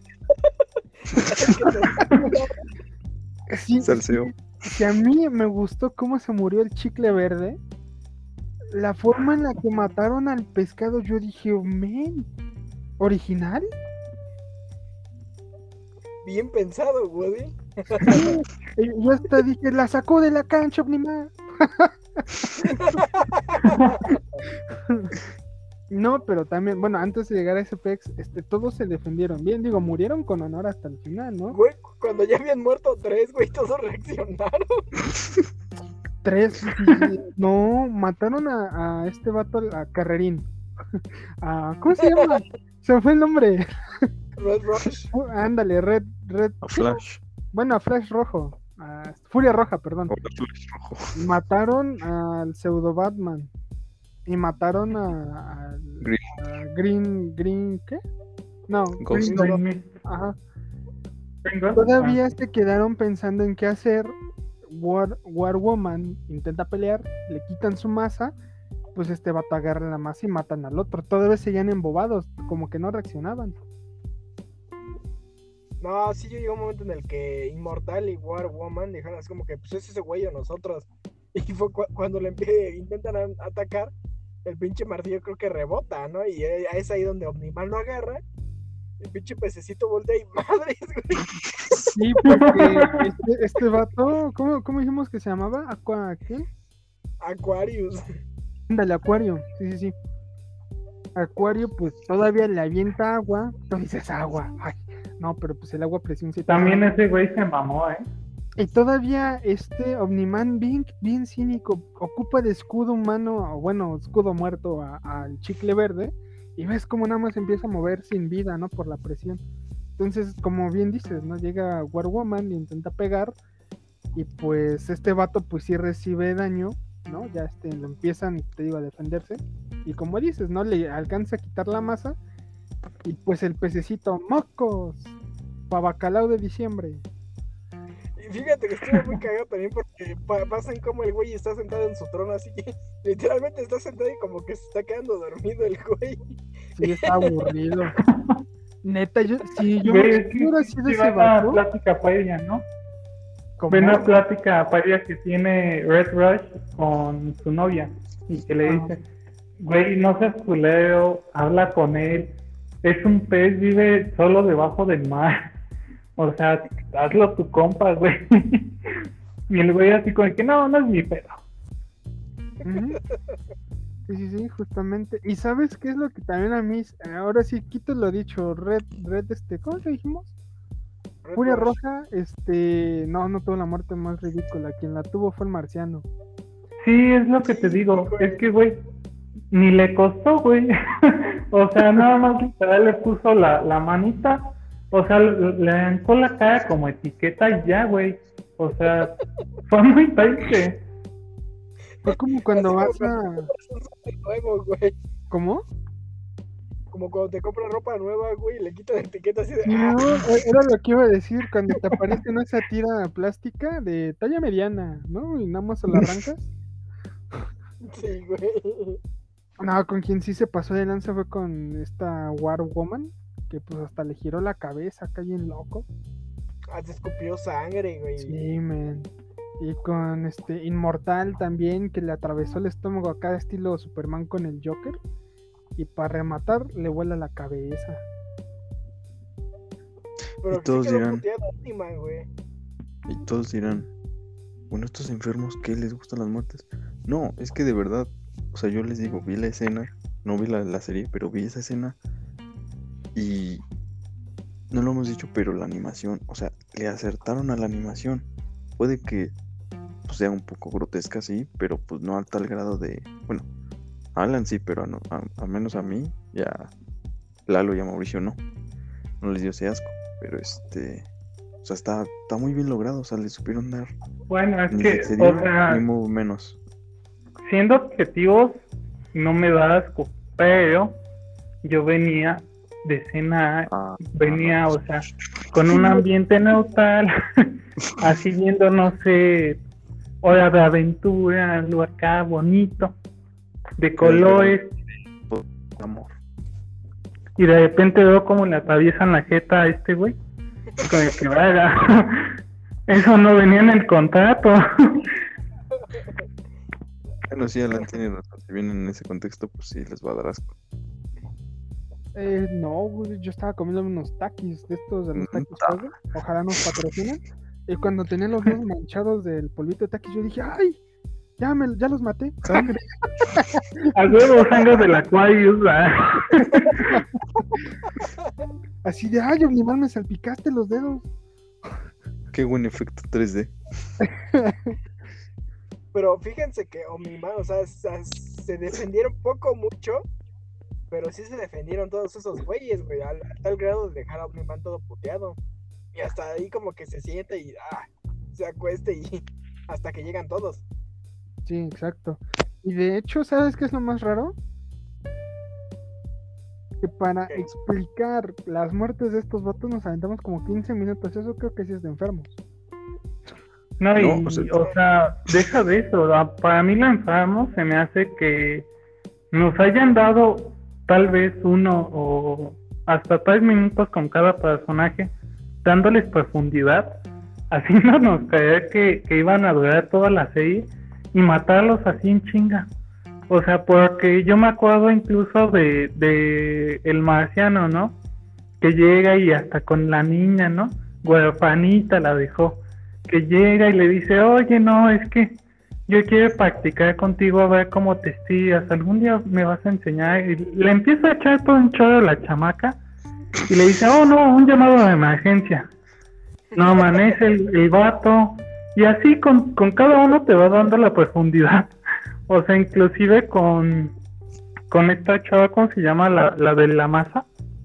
Sí, Salseo. si a mí me gustó cómo se murió el chicle verde, la forma en la que mataron al pescado, yo dije, oh, men, ¿original? Bien pensado, Woody. Sí, y yo hasta dije, la sacó de la cancha, Omnimar. No, pero también, bueno, antes de llegar a ese pex, todos se defendieron bien, digo, murieron con honor hasta el final, ¿no? Güey, cuando ya habían muerto 3, güey, todos reaccionaron. 3, no, mataron a este vato, a Carrerín. ¿Cómo se llama? Se me fue el nombre. Red Rush. Ándale, Red, A Flash. bueno, a Flash Rojo, a Furia Roja, perdón. O a Flash rojo. Mataron al pseudo Batman y mataron a Green, ¿qué? No, Ghost. Green Green Mist. ajá. Green Ghost. Todavía se quedaron pensando en qué hacer. War Woman intenta pelear, le quitan su masa, pues este vato agarra la masa y matan al otro. Todavía seguían embobados, como que no reaccionaban. No, sí, yo llegó un momento en el que Inmortal y War Woman dijeron así como que, pues es ese güey o nosotros. Y fue cuando le intentan atacar, el pinche martillo creo que rebota, ¿no? Y es ahí donde Omniman lo agarra. El pinche pececito voltea y madres, güey. Sí, porque este vato, ¿cómo dijimos que se llamaba? ¿Qué? Aquarius. Ándale, Acuario, sí. Acuario, pues todavía le avienta agua. Tú dices agua. Ay, no, pero pues el agua a presión sí. También ese güey se mamó, Y todavía Omniman bien cínico ocupa de escudo humano, o bueno, escudo muerto al chicle verde. Y ves como nada más empieza a mover sin vida, ¿no? Por la presión. Entonces, como bien dices, ¿no? Llega War Woman y intenta pegar. Y pues este vato pues sí recibe daño, ¿no? Ya lo empiezan, te digo, a defenderse. Y como dices, ¿no? Le alcanza a quitar la masa. Y pues el pececito, ¡mocos! Pa' bacalao de diciembre. Y fíjate que estuvo muy cagado también porque pasan como el güey está sentado en su trono, así que literalmente está sentado y como que se está quedando dormido el güey. Sí, está aburrido. Neta, yo Güey, me es que hubiera sido sí ese va una vato. plática para ella, ¿no? ¿Cómo? Ve una plática para ella que tiene Red Rush con su novia y que le dice, güey, no seas culero, habla con él, es un pez, vive solo debajo del mar, o sea, hazlo tu compa, güey. Y el güey así como que no es mi pedo. Ujú. Sí, justamente. ¿Y sabes qué es lo que también a mí, ahora sí quito lo dicho, Red, ¿cómo le dijimos? Red Furia Rush. Roja, no tuvo la muerte más ridícula, quien la tuvo fue el marciano. Sí, es lo que te digo, güey. es que, güey, ni le costó, güey. O sea, nada más literal le puso la manita, o sea, le arrancó la cara como etiqueta y ya, güey. O sea, fue muy triste. Fue como cuando Así vas como a... cuando te compras un suéter nuevo, güey. ¿Cómo? Como cuando te compras ropa nueva, güey, y le quitas la etiqueta así de. Sí, no, era lo que iba a decir, cuando te aparece en esa tira plástica de talla mediana, ¿no? Y nada más se la arrancas. Sí, güey. No, con quien sí se pasó de lanza fue con esta War Woman, que pues hasta le giró la cabeza, acá bien loco. Te escupió sangre, güey. Sí, man. Y con Inmortal también, que le atravesó el estómago acá estilo Superman con el Joker. Y para rematar, le vuela la cabeza. Pero Y todos sí quedó dirán- puteado Omniman, güey. Y todos dirán, bueno, estos enfermos, ¿qué les gustan las muertes? No, es que de verdad, o sea, yo les digo, vi la escena, no vi la serie, pero vi esa escena y no lo hemos dicho, pero la animación, o sea, le acertaron a la animación. Puede que pues, sea un poco grotesca, sí, pero pues no a tal grado de, bueno, a Alan sí, pero al menos a mí, ya Lalo y a Mauricio no les dio ese asco, pero o sea, está muy bien logrado, o sea, le supieron dar Bueno, es ni que, se excedió, o sea, ni mucho menos. siendo objetivos, no me da asco, pero yo venía de cena, o sea, con un ambiente neutral, así viendo, no sé, hora de aventura, algo acá bonito, de colores, Amor. y de repente veo como le atraviesan la jeta a este güey, con el que vaya. Eso no venía en el contrato. Bueno, sí, Alan tiene razón. Si vienen en ese contexto, pues sí, les va a dar asco. No, güey, yo estaba comiendo unos taquis de estos de los taquis Ta- Fuego. Ojalá nos patrocinen. Y cuando tenía los dedos manchados del polvito de taquis, yo dije, ¡ay! Ya los maté. Sangre. Al huevo sangre del Aquarius, ¿verdad? Así de, ¡ay, Omniman, me salpicaste los dedos! Qué buen efecto 3D. Pero fíjense que Omniman, o sea, se defendieron poco mucho, pero sí se defendieron todos esos güeyes, güey, al tal grado de dejar a Omniman todo puteado. Y hasta ahí como que se siente y se acueste y hasta que llegan todos. Sí, exacto. Y de hecho, ¿sabes qué es lo más raro? Que para ¿Qué? explicar las muertes de estos vatos nos aventamos como 15 minutos. Eso creo que sí es de enfermos. No, y, No, o sea, deja de eso. Para mí la enfermo se me hace que nos hayan dado tal vez 1 o hasta 3 minutos con cada personaje, dándoles profundidad, haciéndonos creer que iban a durar toda la serie y matarlos así en chinga. O sea, porque yo me acuerdo incluso de el marciano, ¿no? Que llega y hasta con la niña, ¿no? Huerfanita la dejó. Que llega y le dice, oye, no, es que yo quiero practicar contigo a ver cómo te estiras, algún día me vas a enseñar. Y le empieza a echar todo un chorro a la chamaca y le dice, oh no, un llamado de emergencia. No amanece el vato, y así con cada uno te va dando la profundidad. O sea, inclusive con esta chava, ¿cómo se llama? La de la masa.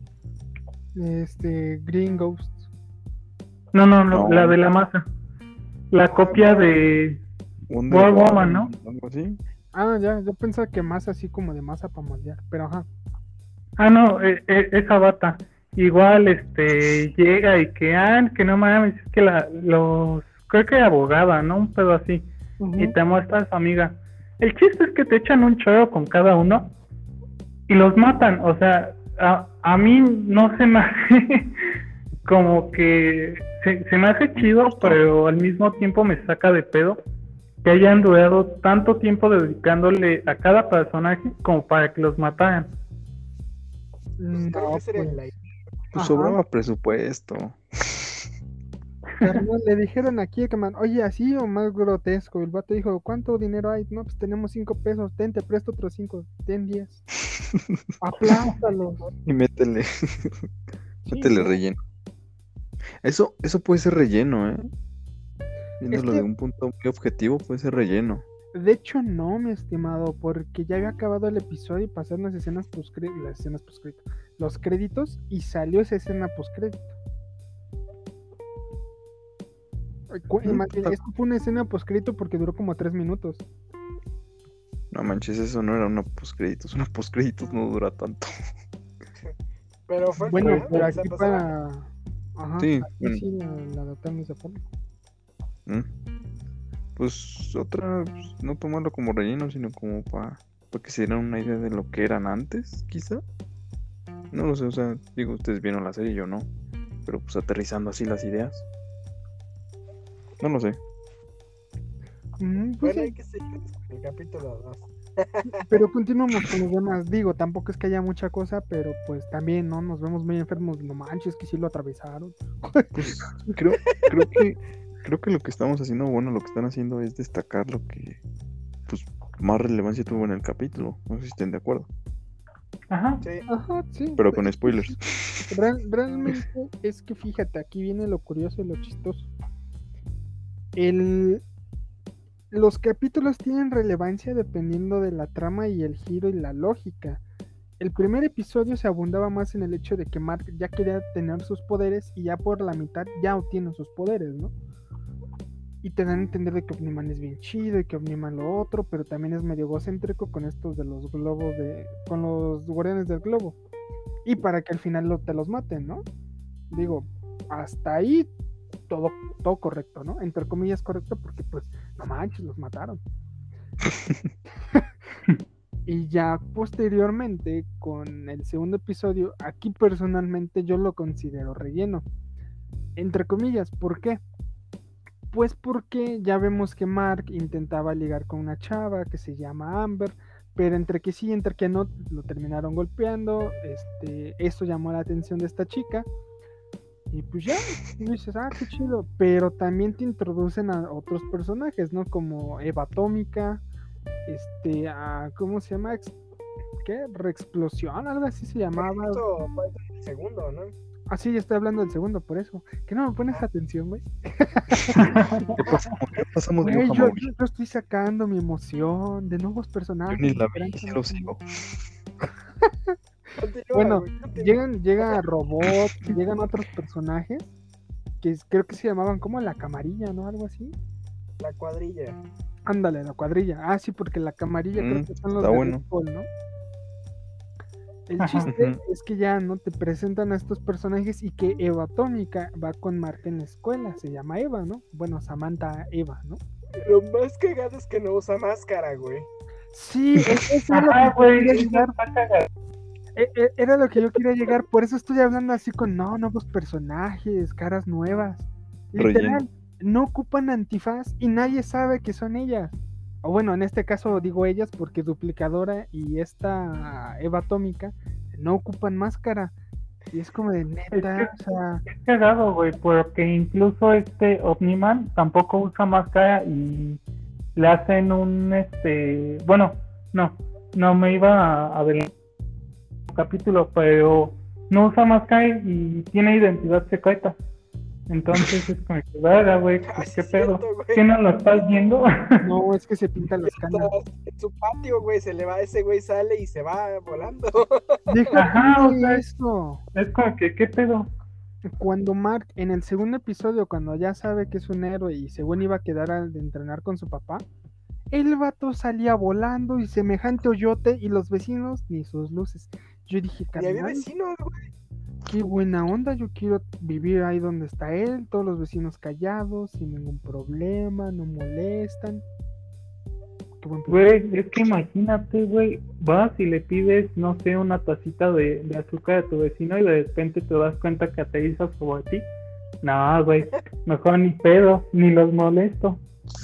Green Ghost. No, No. la de la masa. La copia de Wonder Woman, ¿no? Algo así. Ah, ya, yo pensaba que más así como de masa para moldear, pero ajá. Ah, no, esa bata. Igual, llega y que no mames, es que creo que abogada, ¿no? Un pedo así. Ujú. Y te muestra a su amiga. El chiste es que te echan un chorro con cada uno y los matan. O sea, a mí no se me hace como que se me hace chido, pero al mismo tiempo me saca de pedo que hayan durado tanto tiempo dedicándole a cada personaje como para que los mataran. Creo que esa era pues, la Pues Ajá. sobraba presupuesto. carnal, le dijeron aquí que oye, así o más grotesco. El vato dijo, ¿cuánto dinero hay? No, pues tenemos 5 pesos. Ten, te presto otros 5. Ten 10. Aplástalos. Y métele, Sí, métele no. relleno. Eso puede ser relleno, ¿eh? Viéndolo que- de un punto muy objetivo, puede ser relleno. De hecho, no, mi estimado, porque ya había acabado el episodio y pasaron las escenas postcrédito, los créditos, y salió esa escena postcrédito. Esto fue una escena postcrédito porque duró como 3 minutos. No manches, eso no era una postcréditos. Una postcréditos no dura tanto. Pero fue el Bueno, final, pero o sea, aquí pasaba- para... Ajá, Sí, aquí bueno. sí la adaptaron de esa forma. ¿Mm? Pues otra, pues, no tomarlo como relleno, sino como para que se dieran una idea de lo que eran antes, quizá. No lo sé, o sea, digo, ustedes vieron la serie, yo no. Pero pues aterrizando así las ideas. No lo sé. Pues Bueno, sí, hay que seguir el capítulo 2. pero continuamos con los demás. Digo, tampoco es que haya mucha cosa, pero pues también, ¿no? Nos vemos muy enfermos. No manches, que sí lo atravesaron. Pues creo que lo que estamos haciendo, bueno, lo que están haciendo es destacar lo que pues más relevancia tuvo en el capítulo. No sé si estén de acuerdo. Ajá. Sí. Ajá, sí. Pero con spoilers. Realmente es que fíjate, aquí viene lo curioso y lo chistoso. Los capítulos tienen relevancia dependiendo de la trama y el giro y la lógica. El primer episodio se abundaba más en el hecho de que Mark ya quería tener sus poderes y ya por la mitad ya obtiene sus poderes, ¿no? Y te dan a entender de que Omniman es bien chido y que Omniman lo otro, pero también es medio egocéntrico con estos de los globos con los guardianes del globo. Y para que al final te los maten, ¿no? Digo, hasta ahí todo correcto, ¿no? Entre comillas correcto, porque pues no manches, los mataron. Y ya posteriormente, con el segundo episodio, aquí personalmente yo lo considero relleno. Entre comillas, ¿por qué? Pues porque ya vemos que Mark intentaba ligar con una chava que se llama Amber, pero entre que sí y entre que no, lo terminaron golpeando. Eso llamó la atención de esta chica. Y pues ya, y dices, qué chido. Pero también te introducen a otros personajes, ¿no? Como Eva Atómica, ¿cómo se llama? ¿Qué? Reexplosión, algo así se llamaba. Esto fue el segundo, ¿no? Ah, sí, estoy hablando del segundo, por eso. Que no me pones atención, güey. ¿Qué pasamos, Güey, viejo yo Mauricio? estoy sacando mi emoción de nuevos personajes. Yo ni la vi, esperanza, se no lo sé. sigo. Continúa, Bueno, güey, continúa. llega Robot, llegan otros personajes que creo que se llamaban como la camarilla, ¿no? Algo así. La cuadrilla. Ándale, la cuadrilla. Ah, sí, porque la camarilla creo que son los está de bueno. Red Bull, ¿no? El Ajá. chiste Ujú. es que ya no te presentan a estos personajes y que Eva Atómica va con Mark en la escuela, se llama Eva, ¿no? Bueno, Samantha Eva, ¿no? Lo más cagado es que no usa máscara, güey. Sí, eso era lo Ajá, que güey, quería eso llegar. está cagado. Era lo que yo quería llegar, por eso estoy hablando así con nuevos personajes, caras nuevas. Literal, no ocupan antifaz y nadie sabe que son ellas. O bueno, en este caso digo ellas porque Duplicadora y esta Eva Atómica no ocupan máscara. Y es como de neta, o sea, Es cagado, güey, porque incluso Omniman tampoco usa máscara y le hacen bueno, no me iba a ver el capítulo, pero no usa máscara y tiene identidad secreta. Entonces es como que, verga, güey, pues Sí qué es pedo. cierto, güey. ¿Qué no lo estás viendo? no, es que se pintan las Está canas. en su patio, güey, se le va, ese güey sale y se va volando. Deja Ajá, tú o sea, eso. Es como que, ¿qué pedo? Cuando Mark, en el segundo episodio, cuando ya sabe que es un héroe y según iba a quedar a entrenar con su papá, el vato salía volando y semejante hoyote y los vecinos ni sus luces. Yo dije, Y había carnal, vecinos, güey. qué buena onda, yo quiero vivir ahí donde está él, todos los vecinos callados, sin ningún problema, no molestan. Qué buen plan. Güey, es que imagínate, güey, vas y le pides, no sé, una tacita de azúcar a tu vecino y de repente te das cuenta que aterriza sobre ti. No, güey, mejor ni pedo, ni los molesto.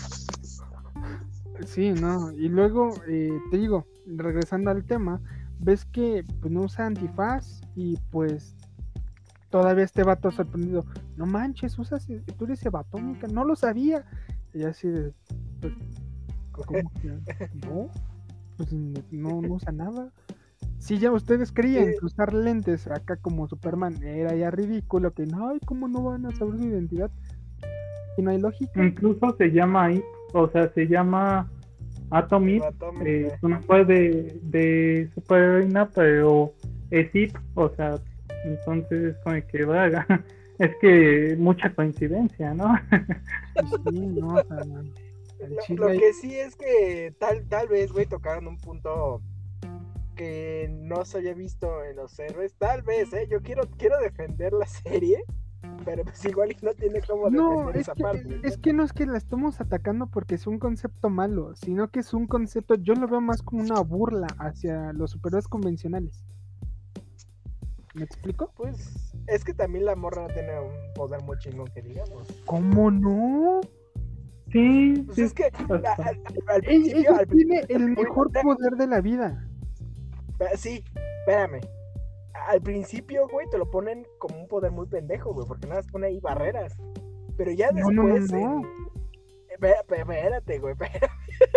Sí, no, y luego te digo, regresando al tema, ves que pues no usa antifaz y pues todavía este vato sorprendido, no manches, tú eres Eva Atómica, no lo sabía. Y así de, pues, ¿cómo que no? Pues no usa nada. Si ya ustedes creían que usar lentes acá como Superman era ya ridículo, que no, ay, ¿cómo no van a saber su identidad? Y no hay lógica. Incluso se llama IP, o sea, se llama Atom IP, Atómica. su nombre de superheroína, pero es IP, o sea, entonces es como que vaga. Es que mucha coincidencia, ¿no? Sí, no, o sea, al Lo chile que sí es que tal vez, güey, tocaron un punto que no se había visto en los héroes. Tal vez, yo quiero defender la serie, pero pues igual y no tiene cómo no, defender esa parte. es que no es que la estemos atacando porque es un concepto malo, sino que es un concepto, yo lo veo más como una burla hacia los superhéroes convencionales. ¿Me explico? Pues es que también la morra no tiene un poder muy chingón que digamos. ¿Cómo no? Sí, Pues sí. es que al Ella principio tiene el muy mejor pendejo. poder de la vida. Sí, espérame. Al principio, güey, te lo ponen como un poder muy pendejo, güey, porque nada más pone ahí barreras. Pero ya No, después. no. Espérate, güey, espérate.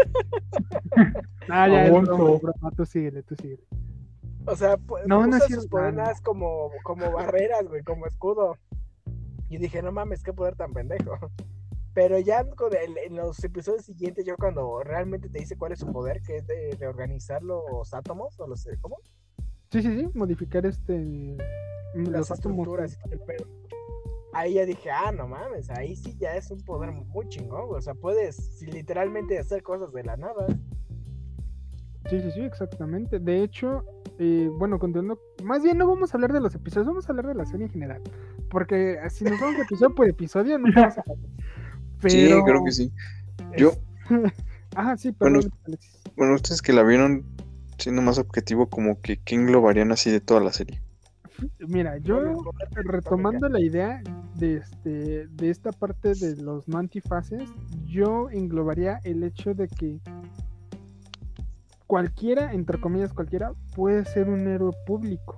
Ah, ya, es Aguanto. broma, tú síguele. O sea, No, no usa es cierto. sus poderes No. nada más como barreras, güey, como escudo. Y dije, no mames, qué poder tan pendejo. Pero ya en los episodios siguientes, yo cuando realmente te dice cuál es su poder, que es de reorganizar los átomos, o los, ¿cómo? Sí, modificar Las los átomos. estructuras y todo el pedo. Ahí ya dije, no mames, ahí sí ya es un poder muy chingón, güey. O sea, puedes literalmente hacer cosas de la nada. Sí, exactamente. De hecho, bueno, continuando, más bien no vamos a hablar de los episodios, vamos a hablar de la serie en general. Porque si nos vamos episodio por episodio, no vamos a hablar. Pero, Sí, creo que sí. Yo, Ajá, sí, bueno, perdón, Alexis. bueno, ustedes que la vieron siendo más objetivo, como que ¿qué englobarían así de toda la serie? Mira, Bueno, yo el poder de retomando la idea de esta parte de los no antifaces, yo englobaría el hecho de que cualquiera, entre comillas cualquiera, puede ser un héroe público.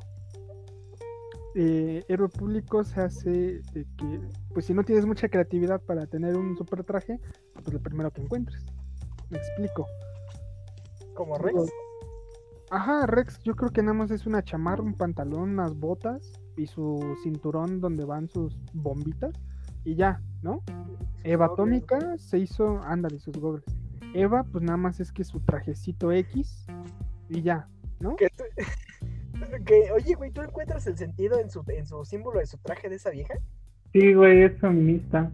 Héroe público se hace de que, pues si no tienes mucha creatividad para tener un super traje, pues lo primero que encuentres. Me explico. como Digo, Rex. ajá, Rex, yo creo que nada más es una chamarra, un pantalón, unas botas y su cinturón donde van sus bombitas y ya, ¿no? Eva Gogles. Atómica se hizo, ándale, sus gogles. Eva, pues nada más es que su trajecito X y ya, ¿no? Que, que, oye, güey, ¿tú encuentras el sentido en su símbolo de su traje de esa vieja? Sí, güey, es feminista.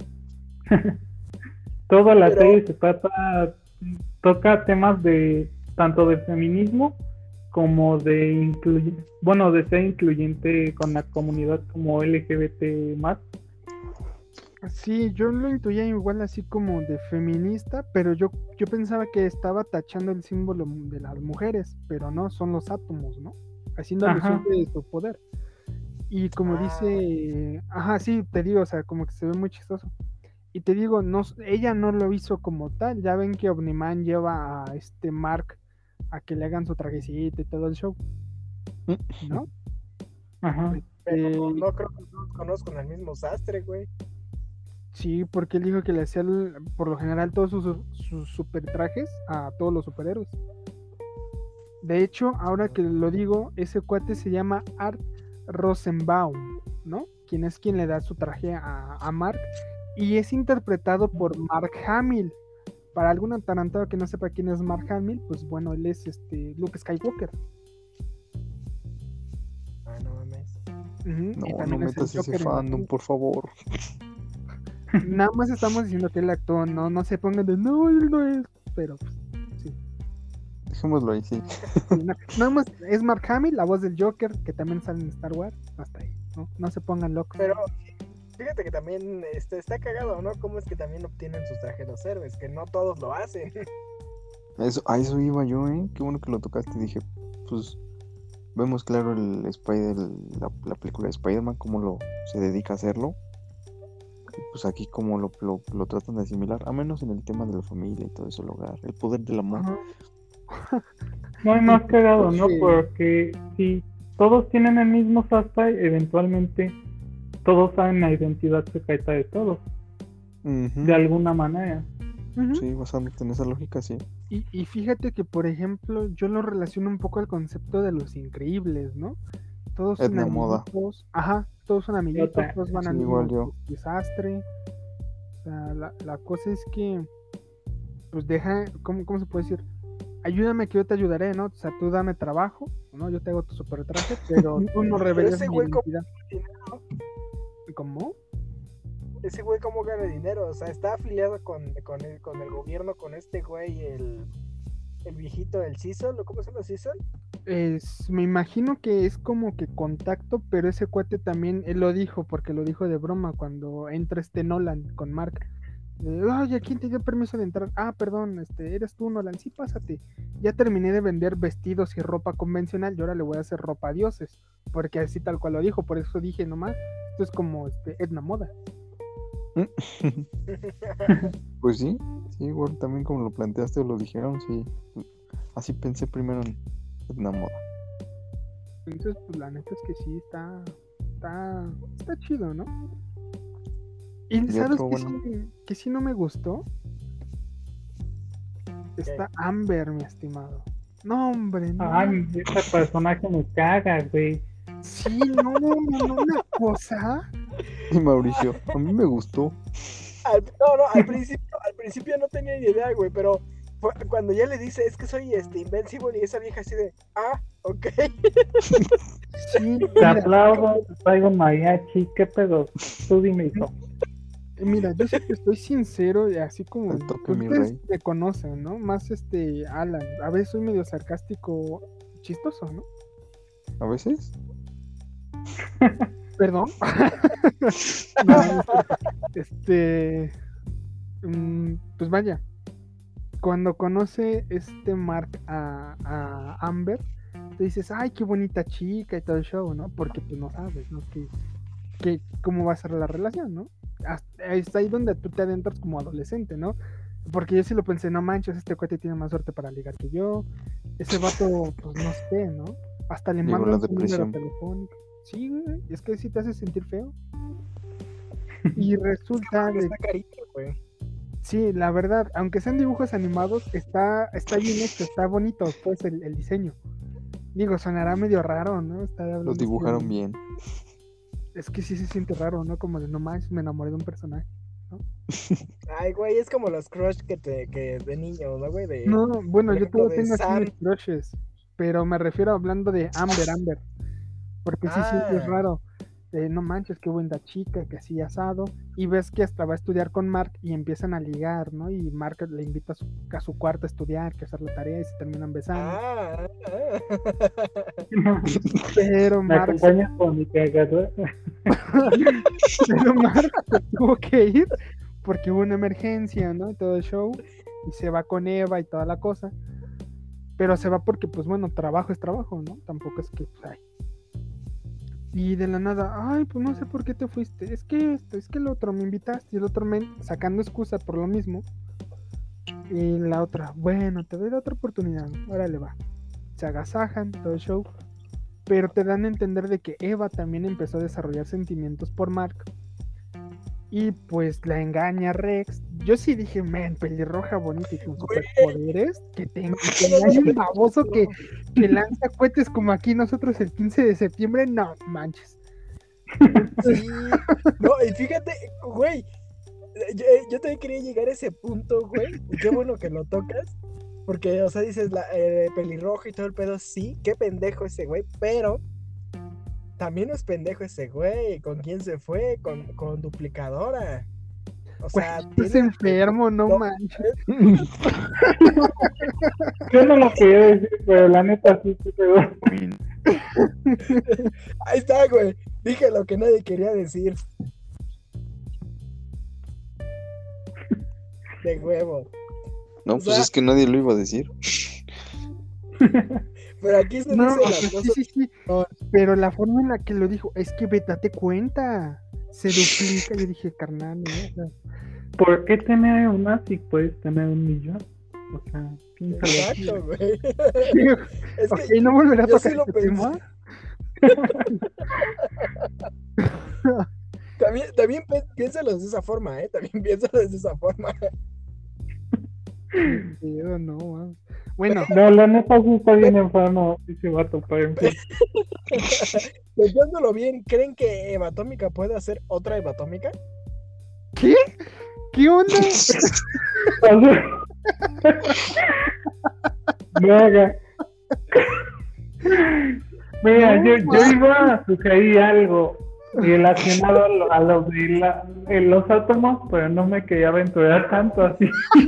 Toda la Pero- serie toca temas de tanto de feminismo como de de ser incluyente con la comunidad como LGBT más. Sí, yo lo intuía igual así como de feminista, pero yo pensaba que estaba tachando el símbolo de las mujeres, pero no, son los átomos, ¿no? Haciendo alusión Ajá. de su poder. Y como dice, ajá, sí, te digo, o sea, como que se ve muy chistoso. Y te digo, no, ella no lo hizo como tal. Ya ven que Omniman lleva a este Mark a que le hagan su trajecito y todo el show, ¿no? Ajá. Pero Eh, no creo que todos conozcan al mismo sastre, güey. sí, porque él dijo que le hacía por lo general todos sus super trajes a todos los superhéroes. De hecho, ahora que lo digo, ese cuate se llama Art Rosenbaum, ¿no? Quien le da su traje a Mark. Y es interpretado por Mark Hamill. Para algún atarantado que no sepa quién es Mark Hamill, pues bueno, él es Luke Skywalker. Ah, no mames. Ujú, y No, no también es el metas ese Joker en la fandom, película. por favor. Nada más estamos diciendo que él actuó, no se pongan de no, él no es. Pero pues, sí. Dejémoslo ahí, sí. Nada más es Mark Hamill, la voz del Joker, que también sale en Star Wars. Hasta ahí, no se pongan locos. Pero fíjate que también está cagado, ¿no? Cómo es que también obtienen sus trajes los héroes, que no todos lo hacen. A eso iba yo, ¿eh? Qué bueno que lo tocaste. Dije, pues vemos claro la película de Spider-Man, cómo se dedica a hacerlo. Y pues aquí cómo lo tratan de asimilar, a menos en el tema de la familia y todo eso, el hogar, el poder del amor. Ajá. No hay más cagado, ¿no? Sí. Porque si todos tienen el mismo sastai, eventualmente todos saben la identidad secreta de todos, Ujú. de alguna manera. Ujú. Sí, basándote en esa lógica, sí. Y fíjate que, por ejemplo, yo lo relaciono un poco al concepto de los increíbles, ¿no? Todos son Edna Moda. amiguitos, ajá, todos son amiguitos, también. todos van Sí, al igual mismo yo. desastre. O sea, la cosa es que, pues deja, ¿cómo se puede decir? Ayúdame que yo te ayudaré, ¿no? O sea, tú dame trabajo, ¿no? Yo te hago tu super traje, pero tú no reveles ese mi güey, ¿cómo identidad. dinero? ¿Cómo? Ese güey, ¿cómo gana dinero? O sea, está afiliado con el gobierno, con este güey, el viejito, el Cecil, ¿o cómo se llama Cecil? Me imagino que es como que contacto, pero ese cuate también, él lo dijo, porque lo dijo de broma cuando entra Nolan con Mark. Oye, ¿quién te dio permiso de entrar? Ah, perdón, eres tú, Nolan, sí, pásate. Ya terminé de vender vestidos y ropa convencional y ahora le voy a hacer ropa a dioses, porque así tal cual lo dijo, por eso dije nomás, esto es como Edna Moda. Pues sí, igual también como lo planteaste o lo dijeron, sí. Así pensé primero en Edna Moda. Entonces, pues la neta es que sí, está chido, ¿no? Y Y ¿sabes otro, qué bueno. que sí no me gustó? Está Amber, mi estimado. No, hombre, no. Ay, ese personaje me caga, güey. Sí, no, una cosa. Y Mauricio, a mí me gustó. Al principio no tenía ni idea, güey, pero cuando ya le dice, es que soy Invincible, y esa vieja así de, ok. Sí, Te mira, aplaudo, te traigo un mariachi, ¿qué pedo? Tú dime, hijo. mira, yo sí que estoy sincero y así como Al toque, mi ustedes rey. me conocen, ¿no? Más Alan, a veces soy medio sarcástico, chistoso, ¿no? ¿A veces? Perdón. No, pues vaya. cuando conoce Mark a Amber, te dices, ay, qué bonita chica y todo el show, ¿no? Porque pues no sabes, ¿no? Que cómo va a ser la relación, ¿no? Hasta ahí donde tú te adentras como adolescente, ¿no? Porque yo sí lo pensé, no manches, este cuate tiene más suerte para ligar que yo. Ese vato, pues no sé, ¿no? Hasta le Llegó mando la un número depresión. telefónico. Sí, güey, es que sí te hace sentir feo. Y resulta de Está carito, güey. sí, la verdad, aunque sean dibujos animados, está bien hecho, está bonito, pues, el diseño. Digo, sonará medio raro, ¿no? Estar Lo hablando así dibujaron de- bien. Es que sí se siente raro, ¿no? Como de no manches, me enamoré de un personaje. Ay, güey, es como los crush que de niño, ¿no, güey? No, bueno, por yo ejemplo, todavía de tengo así Sam. mis crushes, pero me refiero hablando de Amber, porque sí es Ah, raro. No manches, qué buena chica, que así asado, y ves que hasta va a estudiar con Mark y empiezan a ligar, ¿no? Y Mark le invita a su cuarto a estudiar, que hacer la tarea y se terminan besando. Pero ¿Me Mark, acompañas con mi cagadora? pero Mark se tuvo que ir porque hubo una emergencia, ¿no? Y todo el show, y se va con Eva y toda la cosa. Pero se va porque, pues bueno, trabajo es trabajo, ¿no? Tampoco es que, pues, ay. Y de la nada, ay, pues no sé por qué te fuiste. Es que esto, es que el otro me invitaste. Y el otro sacando excusa por lo mismo. Y la otra, bueno, te doy la otra oportunidad. Órale, va. Se agasajan, todo el show. Pero te dan a entender de que Eva también empezó a desarrollar sentimientos por Mark. Y pues la engaña Rex. Yo sí dije, man, pelirroja bonita y con Güey. superpoderes. Que te engañe un baboso que lanza cohetes como aquí nosotros el 15 de septiembre. No manches. Sí, no, y fíjate, güey, yo también quería llegar a ese punto, güey, y qué bueno que lo tocas, porque, o sea, dices, pelirrojo y todo el pedo, sí, qué pendejo ese güey, pero también es pendejo ese güey, ¿con quién se fue? Con duplicadora, o sea, Güey, es enfermo, no manches. Yo no lo quería decir, pero la neta sí se pegó. Ahí está, güey, dije lo que nadie quería decir. De huevo. No, O pues sea, es que nadie lo iba a decir. pero aquí se No, dice o las sea, cosas. sí. Pero la forma en la que lo dijo, es que ve, date cuenta. Se duplica. Yo dije, carnal, ¿no? O sea, ¿Por qué tener una si puedes tener 1,000,000? O sea, piénsalo así. Exacto, güey. Es ok, que no volveré a yo tocar sí lo este pensé. tema. También piénsalo de esa forma, ¿eh? También piénsalo de esa forma. Pero no, man. Bueno, No, la neta sí está bien enfermo ese vato, pero en fin. Pensándolo bien, ¿creen que Eva Atómica puede hacer otra Eva Atómica? ¿qué? ¿Qué onda? O sea, no haga. Mira, No, yo iba a sugerir algo relacionado a lo de los átomos, pero no me quería aventurar tanto así.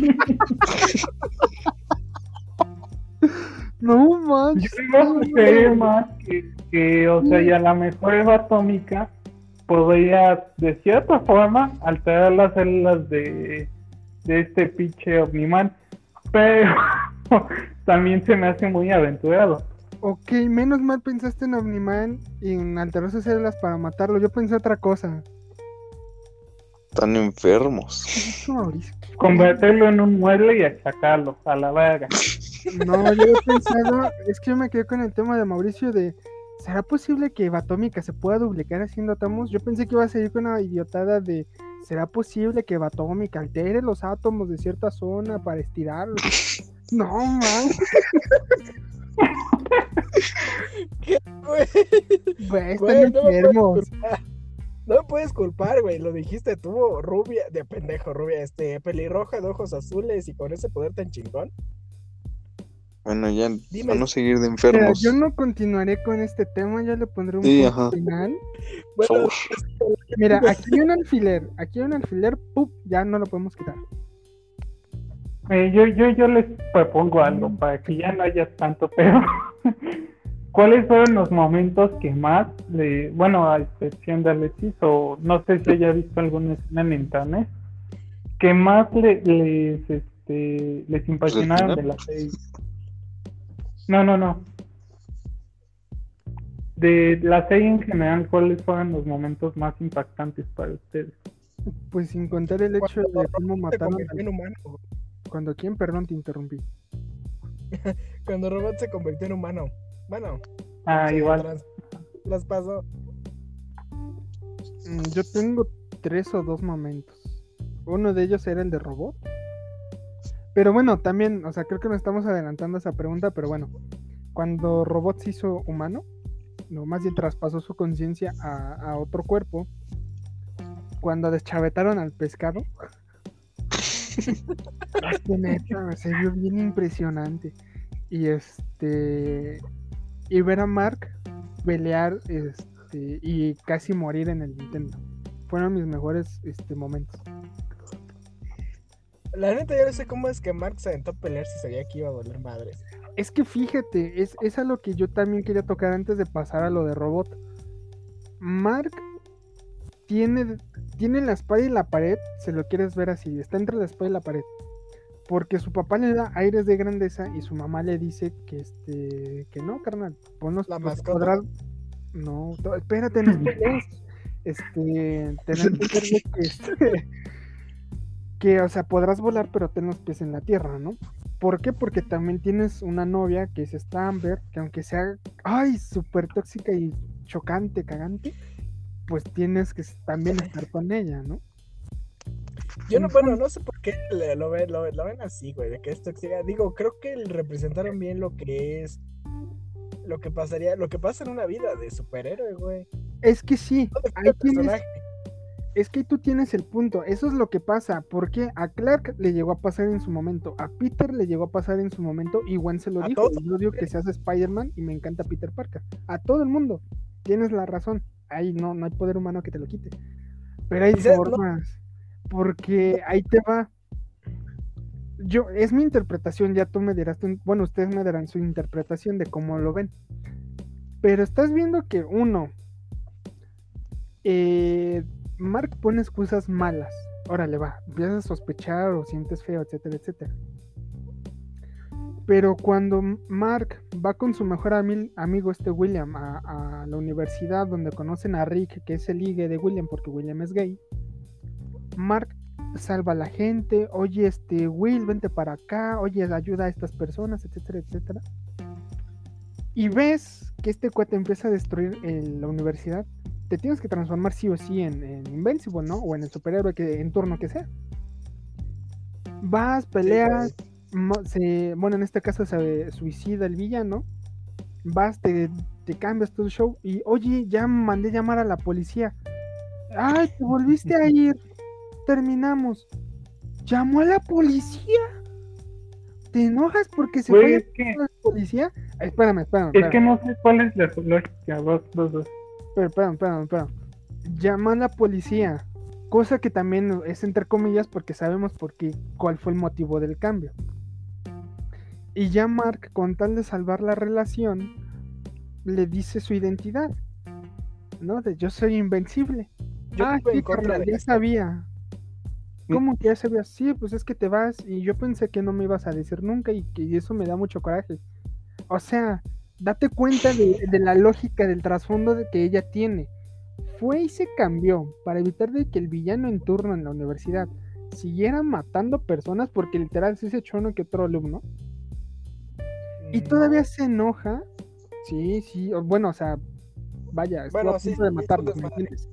No manches. Yo iba a sugerir más que, o sea, ya la mejor Eva atómica podría, de cierta forma, alterar las células de este pinche Omniman, pero también se me hace muy aventurado. Ok, menos mal pensaste en Omniman y en alterar sus células para matarlo. Yo pensé otra cosa. Están enfermos. ¿Qué Mauricio? Convertirlo en un mueble y achacarlo a la verga. No, yo he pensado, es que yo me quedé con el tema de Mauricio de, ¿será posible que Eva Atómica se pueda duplicar haciendo átomos? Yo pensé que iba a seguir con una idiotada de, ¿será posible que Eva Atómica altere los átomos de cierta zona para estirarlos? No, man. Güey, Güey, están güey, no me enfermos. puedes culpar. No me puedes culpar, güey. Lo dijiste tú, rubia, de pendejo, rubia, pelirroja de ojos azules y con ese poder tan chingón. Bueno, ya Dime. para no seguir de Mira, enfermos. yo no continuaré con este tema, ya le pondré un Sí, punto ajá. final. Por Bueno, favor. Mira, aquí hay un alfiler, ¡pup! Ya no lo podemos quitar. Yo les propongo algo para que ya no haya tanto pedo. ¿Cuáles fueron los momentos que más, bueno, a excepción de Alexis, o no sé si haya visto alguna escena en internet, que más les les impresionaron de la serie. No. De la serie en general, ¿cuáles fueron los momentos más impactantes para ustedes? Pues sin contar el hecho de cómo Se mataron convirtió en humano. ¿Cuando quién? Perdón, te interrumpí. Cuando Robot se convirtió en humano. Bueno, Igual. traspasó. Yo tengo 3 o 2 momentos. Uno de ellos era el de Robot. Pero bueno, también, o sea, creo que nos estamos adelantando a esa pregunta, pero bueno, cuando Robot se hizo humano, no, más bien traspasó su conciencia a otro cuerpo, cuando deschavetaron al pescado, es que neta, se vio bien impresionante. Y y ver a Mark pelear y casi morir en el intento. Fueron mis mejores momentos. La neta, yo no sé cómo es que Mark se aventó a pelear si sabía que iba a doler madres. Es que fíjate, es a lo que yo también quería tocar antes de pasar a lo de Robot. Mark tiene la espada y la pared, si lo quieres ver así, está entre la espada y la pared. Porque su papá le da aires de grandeza y su mamá le dice que no, carnal, ponnos La pues, mascota. No, espérate, no esperes. Tener que ver que, o sea, podrás volar, pero ten los pies en la tierra, ¿no? ¿Por qué? Porque también tienes una novia que es esta Amber, que aunque sea, súper tóxica y chocante, cagante, pues tienes que también estar con ella, ¿no? Yo no sé por qué lo ven así, güey, de que es tóxica. Digo, creo que representaron bien lo que es, lo que pasa en una vida de superhéroe, güey. Es que sí, No, es que tú tienes el punto, eso es lo que pasa, porque a Clark le llegó a pasar en su momento, a Peter le llegó a pasar en su momento, y Gwen se lo dijo, yo digo que se hace Spider-Man y me encanta Peter Parker, a todo el mundo, tienes la razón, ahí no hay poder humano que te lo quite, pero hay formas, porque ahí te va, es mi interpretación, ya tú me dirás, bueno, ustedes me darán su interpretación de cómo lo ven, pero estás viendo que Mark pone excusas malas. Órale, va, empiezas a sospechar o sientes feo, etcétera, etcétera. Pero cuando Mark va con su mejor amigo William a la universidad donde conocen a Rick, que es el ligue de William porque William es gay, Mark salva a la gente, oye, Will, vente para acá, oye, ayuda a estas personas, etcétera, etcétera. Y ves que este cuate empieza a destruir la universidad, te tienes que transformar sí o sí en Invincible, ¿no? O en el superhéroe en turno que sea. Vas, peleas, bueno, en este caso se suicida el villano, vas, te cambias todo el show y, oye, ya mandé llamar a la policía. Ay, te volviste a ir, terminamos. ¿Llamó a la policía? ¿Te enojas porque se fue a la policía? Espérame. Es que no sé cuál es la lógica, dos. Espérame. Llama a la policía, cosa que también es entre comillas porque sabemos cuál fue el motivo del cambio. Y ya Mark, con tal de salvar la relación, le dice su identidad, ¿no? De yo soy invencible. Sí, carnal, ya sabía. ¿Cómo que ya sabías? Sí, pues es que te vas y yo pensé que no me ibas a decir nunca y que eso me da mucho coraje. O sea, date cuenta de la lógica del trasfondo que ella tiene. Fue y se cambió para evitar de que el villano en turno en la universidad siguiera matando personas, porque literal sí se echó uno que otro alumno. Y todavía se enoja. Sí, bueno, o sea, vaya, estuvo a punto de matarlo, ¿me entiendes?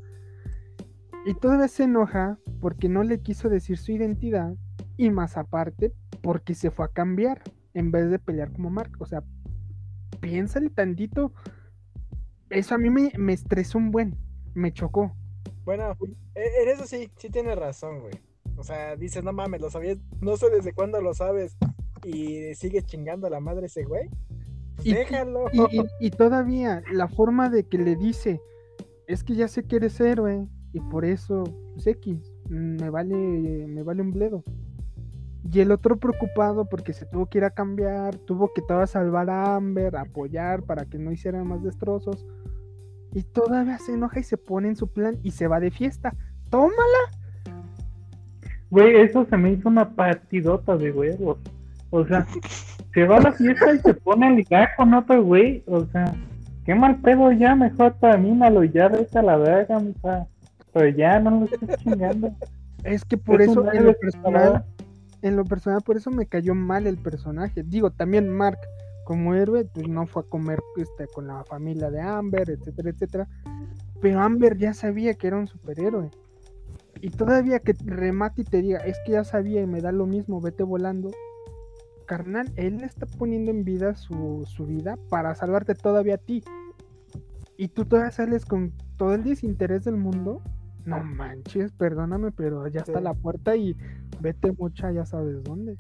Y todavía se enoja porque no le quiso decir su identidad, y más aparte porque se fue a cambiar en vez de pelear como Mark. O sea, piénsale tantito. Eso a mí me estresó me chocó. Bueno, en eso sí tienes razón, güey. O sea, dices, no mames, lo sabías, no sé desde cuándo lo sabes y sigue chingando a la madre ese güey. Déjalo. Y todavía la forma de que le dice, es que ya sé que eres héroe y por eso, pues X, me vale un bledo. Y el otro preocupado porque se tuvo que ir a cambiar, tuvo que todavía salvar a Amber, apoyar para que no hicieran más destrozos. Y todavía se enoja y se pone en su plan y se va de fiesta. ¡Tómala! Güey, eso se me hizo una partidota de huevos. O sea, se va a la fiesta y se pone a ligar con otro güey. O sea, qué mal pedo ya, mejor termínalo y ya vete a la verga, mija. Pero ya no lo estés chingando. Es que por Es un eso, güey en lo desesperado. personal, por eso me cayó mal el personaje. Digo, también Mark, como héroe, pues no fue a comer con la familia de Amber, etcétera, etcétera. Pero Amber ya sabía que era un superhéroe. Y todavía que remate y te diga, es que ya sabía y me da lo mismo, vete volando. Carnal, él le está poniendo en vida su vida para salvarte todavía a ti. Y tú todavía sales con todo el desinterés del mundo. No manches, perdóname, pero ya está Sí. la puerta y vete mucha, ya sabes dónde.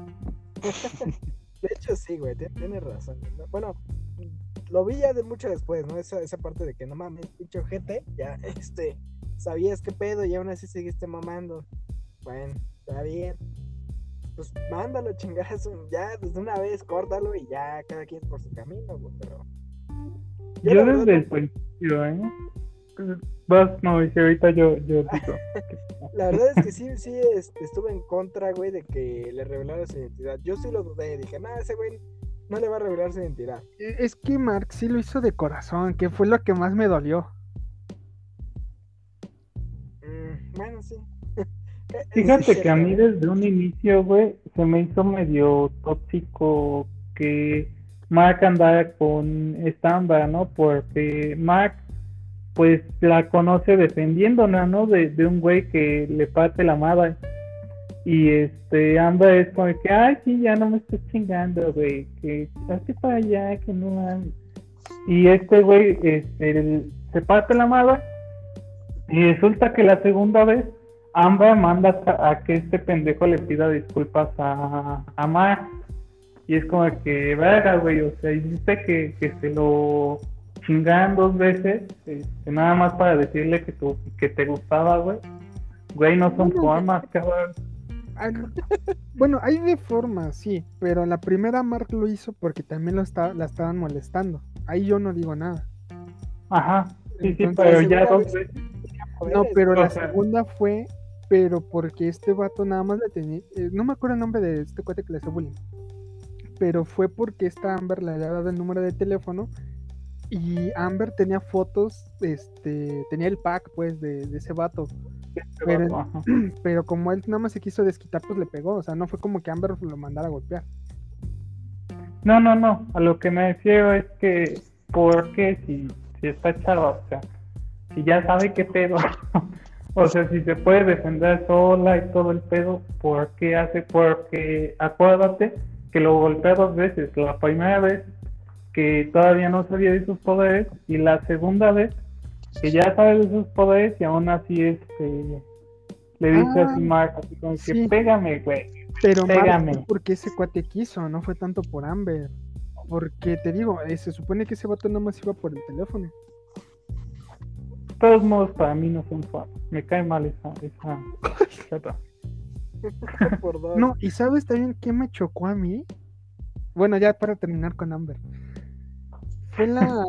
De hecho, sí, güey, tienes razón. ¿No? Bueno, lo vi ya de mucho después, ¿no? Esa parte de que no mames, pinche ojete, ya, sabías qué pedo y aún así seguiste mamando. Bueno, está bien. Pues mándalo, chingazo, ya, desde una vez, córtalo y ya, cada quien por su camino, güey, pero... Yo la verdad, desde el principio, Vas, no, y si ahorita yo digo. la verdad es que sí, estuve en contra, güey, de que le revelara su identidad. Yo sí lo dudé, dije, nada, ese güey no le va a revelar su identidad. Es que Mark sí lo hizo de corazón, que fue lo que más me dolió. Bueno, sí. Eso sí es Fíjate que cierto, a mí ¿eh? desde un inicio, güey, se me hizo medio tóxico que Mark andara con esta Amber, ¿no? Porque Mark, pues, la conoce defendiéndola, ¿no? De un güey que le parte la madre. Y Amber es como que, ay, sí, ya no me estés chingando, güey, que hazte para allá, que no mames. Y este güey, se parte la madre. Y resulta que la segunda vez Amber manda a que este pendejo le pida disculpas a Mark. Y es como que, verga, güey, o sea, hiciste que se lo chingaran 2 veces, nada más para decirle que te gustaba, güey. Güey, no son Bueno, formas, cabrón. Bueno, hay de formas, sí, pero la primera Mark lo hizo porque también la estaban molestando. Ahí yo no digo nada. Ajá, sí, Entonces, pero la ya segunda 2 veces. No, Poderes, pero o la sea. segunda fue, pero porque este vato nada más le tenía, no me acuerdo el nombre de este cuate que le hacía bullying, pero fue porque esta Amber le había dado el número de teléfono y Amber tenía fotos, tenía el pack pues de ese vato, pero, Ajá. pero como él nada más se quiso desquitar, pues le pegó, o sea, no fue como que Amber lo mandara a golpear. No, a lo que me refiero es que, ¿por qué si está chava, o sea, si ya sabe qué pedo, o sea, si se puede defender sola y todo el pedo, ¿por qué hace? Porque acuérdate que lo golpea 2 veces, la primera vez que todavía no sabía de sus poderes y la segunda vez que ya sabe de sus poderes y aún así le dice así Mark, así como que sí. pégame, güey. Pero Mark Pégame. fue porque ese cuate quiso, no fue tanto por Amber. Porque te digo, se supone que ese vato nada más iba por el teléfono. De todos modos, para mí no son fans. Me cae mal esa chata. por dos. No, y ¿sabes también qué me chocó a mí? Bueno, ya para terminar con Amber. Fue la...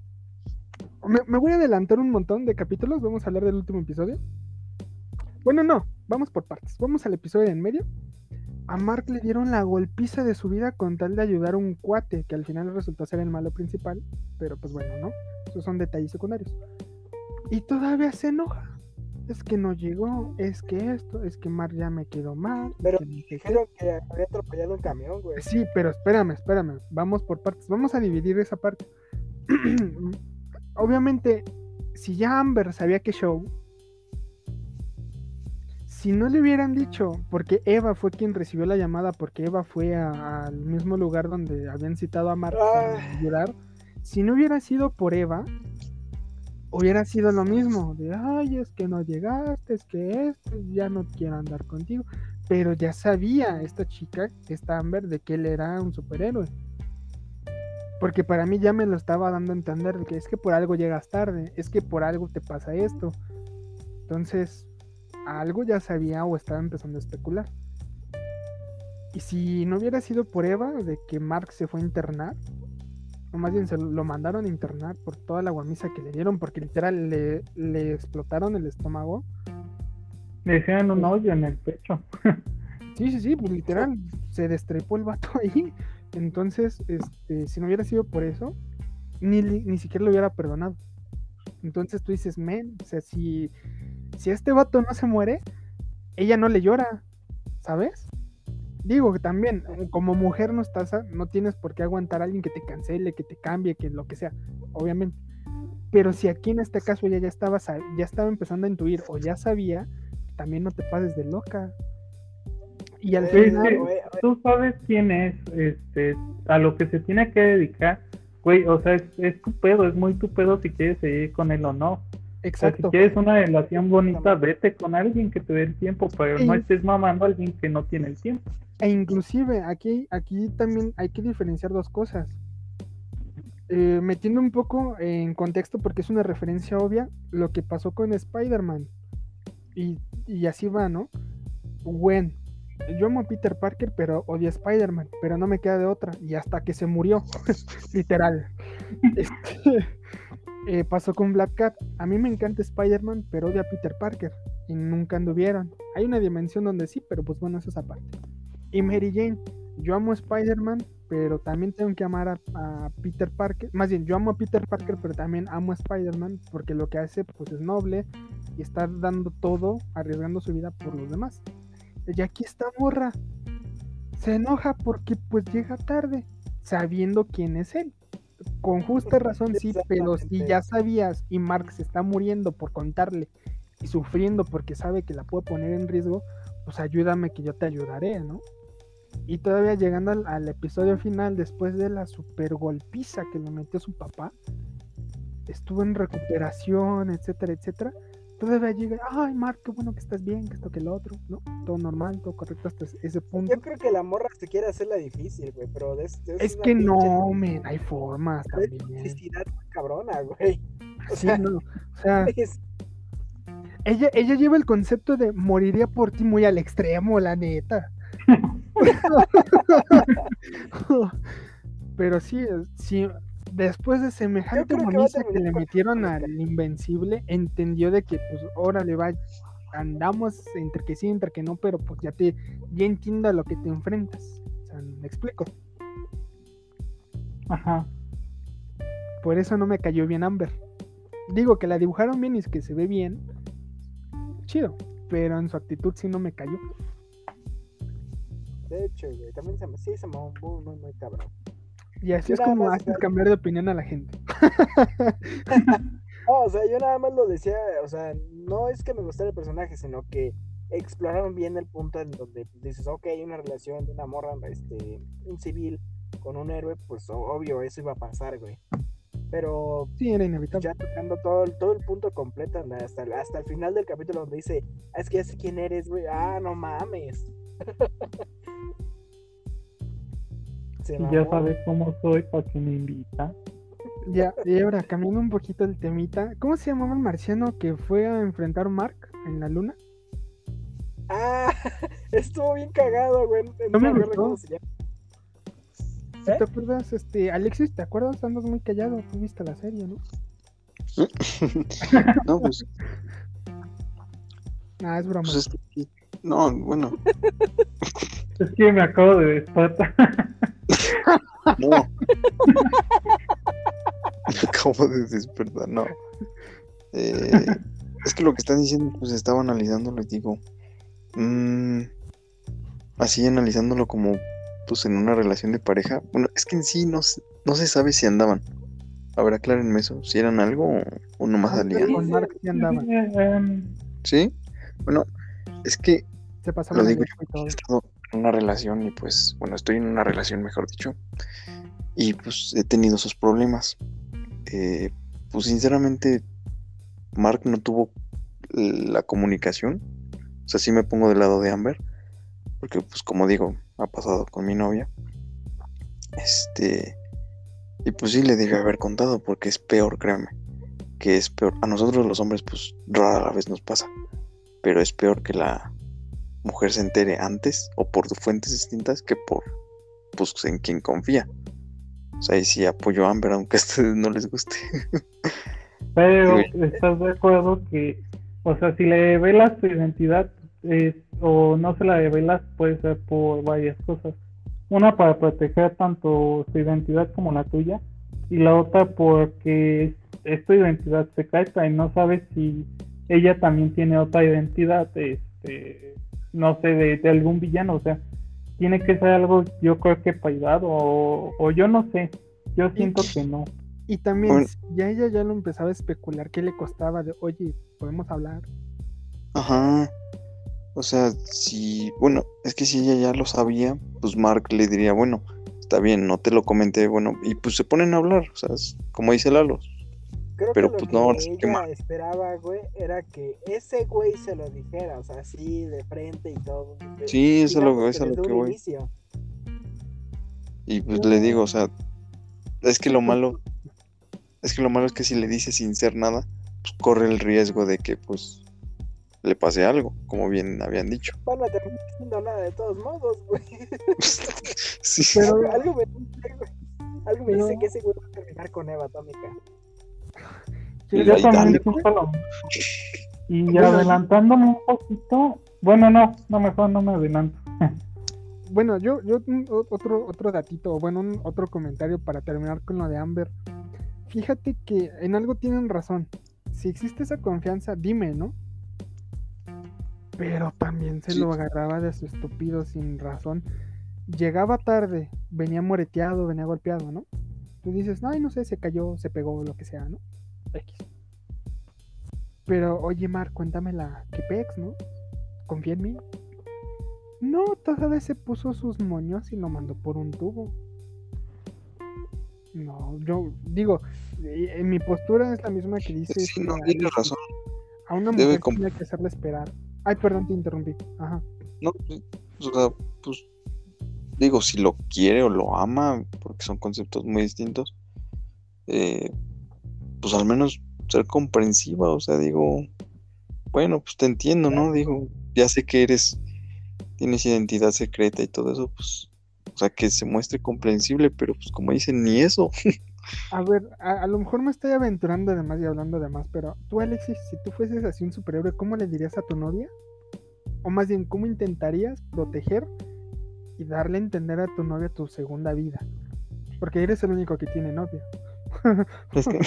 me voy a adelantar un montón de capítulos, vamos a hablar del último episodio. Bueno, no, vamos por partes. Vamos al episodio de en medio. A Mark le dieron la golpiza de su vida con tal de ayudar a un cuate que al final resultó ser el malo principal, pero pues bueno, ¿no? Esos son detalles secundarios. Y todavía se enoja. Es que no llegó, es que esto, es que Mark ya me quedó mal. Pero que no sé qué. dijeron que había atropellado un camión, güey. Sí, pero espérame, vamos por partes, vamos a dividir esa parte. Obviamente, si ya Amber sabía que show, si no le hubieran dicho, porque Eva fue quien recibió la llamada, porque Eva fue al mismo lugar donde habían citado a Mark para ayudar, si no hubiera sido por Eva, hubiera sido lo mismo, de ay, es que no llegaste, es que esto, ya no quiero andar contigo, pero ya sabía esta chica, esta Amber, de que él era un superhéroe. Porque para mí ya me lo estaba dando a entender, de que es que por algo llegas tarde, es que por algo te pasa esto. Entonces, algo ya sabía o estaba empezando a especular. Y si no hubiera sido por Eva, de que Mark se fue a internar, o más bien se lo mandaron a internar por toda la guamisa que le dieron, porque literal le explotaron el estómago, Le hicieron un hoyo en el pecho. Sí, pues literal, se destrepó el vato ahí. Entonces, si no hubiera sido por eso, ni siquiera lo hubiera perdonado. Entonces tú dices, men, o sea, si este vato no se muere, ella no le llora, ¿sabes? Digo que también, como mujer no tienes por qué aguantar a alguien que te cancele, que te cambie, que lo que sea, obviamente. Pero si aquí en este caso ella ya estaba empezando a intuir o ya sabía, también no te pases de loca. Y al Es final, que tú sabes quién es, a lo que se tiene que dedicar, güey, o sea, es tu pedo, es muy tu pedo si quieres seguir con él o no. O sea, si exacto. quieres una relación bonita, vete con alguien que te dé el tiempo, pero no estés mamando a alguien que no tiene el tiempo. E inclusive aquí también hay que diferenciar dos cosas. Metiendo un poco en contexto porque es una referencia obvia, lo que pasó con Spider-Man. Y así va, ¿no? Gwen, yo amo a Peter Parker, pero odio a Spider-Man, pero no me queda de otra. Y hasta que se murió, literal. Pasó con Black Cat. A mí me encanta Spider-Man, pero odio a Peter Parker. Y nunca anduvieron. Hay una dimensión donde sí, pero pues bueno, eso es aparte. Y Mary Jane, yo amo a Spider-Man, pero también tengo que amar a Peter Parker. Más bien, yo amo a Peter Parker, pero también amo a Spider-Man, porque lo que hace pues es noble y está dando todo, arriesgando su vida por los demás. Y aquí esta morra se enoja porque pues llega tarde, sabiendo quién es él. Con justa razón sí, pero si ya sabías y Mark se está muriendo por contarle y sufriendo porque sabe que la puede poner en riesgo, pues ayúdame que yo te ayudaré, ¿no? Y todavía llegando al episodio final, después de la super golpiza que le metió su papá, estuvo en recuperación, etcétera, etcétera. Todavía llega, ay, Mark, qué bueno que estás bien, que esto, que lo otro, ¿no? Todo normal, todo correcto hasta ese punto. Yo creo que la morra se quiere hacerla difícil, güey, pero es que no, men, hay formas también. Necesidad cabrona, güey. Sí, no, o sea, ella lleva el concepto de moriría por ti muy al extremo, la neta. Pero sí, después de semejante moniza que le metieron al Invencible, entendió de que pues órale va, andamos entre que sí, entre que no, pero pues ya entiendo a lo que te enfrentas. O sea, me explico. Ajá. Por eso no me cayó bien Amber. Digo que la dibujaron bien y es que se ve bien, chido, pero en su actitud sí no me cayó. De hecho, güey, también se me muy cabrón. Y así es como haces cambiar de opinión a la gente. No, o sea, yo nada más lo decía, o sea, no es que me gustara el personaje, sino que exploraron bien el punto en donde dices, ok, hay una relación de una morra, un civil con un héroe, pues obvio, eso iba a pasar, güey. Pero sí, era inevitable. Ya tocando todo el punto completo, hasta el final del capítulo donde dice, es que ya sé quién eres, güey, no mames. Y ya sabes cómo soy, ¿para qué me invita? Ya, y ahora cambiando un poquito el temita, ¿cómo se llamaba el marciano que fue a enfrentar a Mark en la luna? Estuvo bien cagado, güey. No me gustó. ¿Te acuerdas, Alexis? ¿Te acuerdas? Andas muy callado, tú viste la serie, ¿no? No, pues. Es broma. Pues no, bueno. Es que me acabo de despertar. No. Me acabo de despertar, no. Es que lo que están diciendo, pues estaba analizándolo y digo. Así analizándolo como pues en una relación de pareja. Bueno, es que en sí no se sabe si andaban. A ver, aclárenme eso. ¿Si eran algo o nomás salían? Con Mark sí andaban. ¿Sí? Bueno, es que se pasaba lo digo yo, he estado en una relación y pues, bueno, estoy en una relación, mejor dicho, y pues he tenido esos problemas. Pues sinceramente, Mark no tuvo la comunicación. O sea, sí me pongo del lado de Amber, porque pues como digo, ha pasado con mi novia. Y pues sí le debe haber contado, porque es peor, créanme, que es peor. A nosotros los hombres pues rara vez nos pasa, pero es peor que la mujer se entere antes o por fuentes distintas que por pues en quien confía. O sea, y sí apoyo a Amber aunque a ustedes no les guste. Pero ¿estás de acuerdo que O sea, si le develas tu identidad o no se la develas, puede ser por varias cosas. Una, para proteger tanto su identidad como la tuya, y la otra porque es tu identidad secreta y no sabes si ella también tiene otra identidad, no sé, de algún villano. O sea, tiene que ser algo, yo creo que privado, o yo no sé, yo siento que no. Y también, Bueno. si ya ella ya lo empezaba a especular, ¿qué le costaba? De, oye, ¿podemos hablar? Ajá. O sea, bueno, es que si ella ya lo sabía, pues Mark le diría, bueno, está bien, no te lo comenté, bueno, y pues se ponen a hablar, o sea, como dice Lalo. Creo Pero, que lo pues, que no, ahora sí que ella mal. esperaba, güey, era que ese güey se lo dijera, o sea, así de frente y todo. Sí, eso Digamos es que a lo desde que un voy. inicio. Y pues No, le digo, o sea, es que sí, lo malo, es que si le dice sin ser nada, pues corre el riesgo de que pues le pase algo, como bien habían dicho. Van a terminar haciendo nada de todos modos, güey. Sí. pero, Algo me dice, güey. Algo me pero dice que ese güey va a terminar con Eva Atómica. ¿quieres Yo Ahí también dale. siento lo mismo. Y Bueno, adelantándome un poquito, bueno, no, mejor no me adelanto. bueno, otro datito, o bueno, otro comentario para terminar con lo de Amber. Fíjate que en algo tienen razón. Si existe esa confianza, dime, ¿no? Pero también se Sí. lo agarraba de su estúpido sin razón. Llegaba tarde, venía moreteado, venía golpeado, ¿no? Tú dices, ay, no sé, se cayó, se pegó, lo que sea, ¿no? X. Pero, oye, Mar, cuéntame ¿qué pex, no? Confía en mí. No, toda vez se puso sus moños y lo mandó por un tubo. No, yo digo, en mi postura es la misma que dice Sí, no, tienes razón. a una Debe mujer tiene que hacerle esperar. Ay, perdón, te interrumpí. Ajá. No, o sea, pues digo, si lo quiere o lo ama, porque son conceptos muy distintos, pues al menos ser comprensiva, o sea, digo, bueno, pues te entiendo, ¿no? Digo, ya sé que tienes identidad secreta y todo eso, pues, o sea, que se muestre comprensible, pero pues como dicen, ni eso. A ver, a lo mejor me estoy aventurando además y hablando de más, pero tú, Alexis, si tú fueses así un superhéroe, ¿cómo le dirías a tu novia? O más bien, ¿cómo intentarías proteger y darle a entender a tu novia tu segunda vida? Porque eres el único que tiene novia. Es que,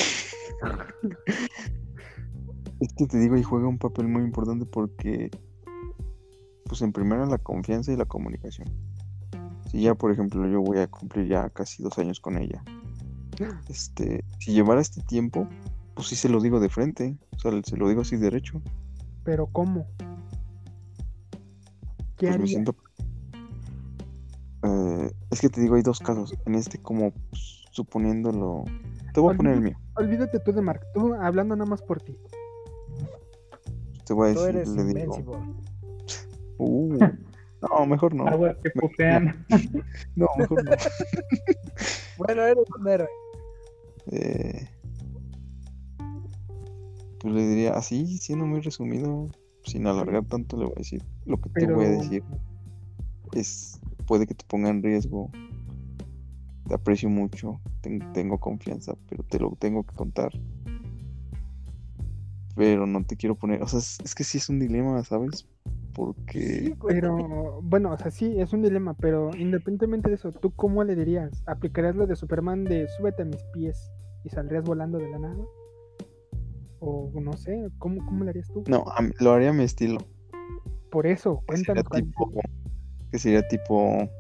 es que te digo, y juega un papel muy importante porque, pues en primera la confianza y la comunicación. Si ya, por ejemplo, yo voy a cumplir ya casi 2 años con ella, si llevara este tiempo, pues sí se lo digo de frente, o sea, se lo digo así derecho, Pero ¿cómo? ¿Qué pues me harías? siento... es que te digo, hay dos casos, en como pues, suponiéndolo, te voy a poner el mío, Olvídate tú de Mark, tú hablando nada más por ti. te voy a Tú decir, eres le digo, invencible. no, mejor no, Aguas que putean. no, mejor no. Bueno, eres un héroe. Pues le diría así, siendo muy resumido, sin alargar tanto, le voy a decir, lo que te Pero voy a decir puede que te ponga en riesgo, te aprecio mucho, tengo confianza, pero te lo tengo que contar, pero no te quiero poner, o sea, es que sí es un dilema, ¿sabes? Porque, Sí, güey. Pero, bueno, o sea, sí, es un dilema, pero independientemente de eso, ¿tú cómo le dirías? ¿Aplicarías lo de Superman de súbete a mis pies y saldrías volando de la nada? O no sé, ¿cómo le harías tú? no, lo haría a mi estilo, Por eso, que sería cuéntanos. tipo,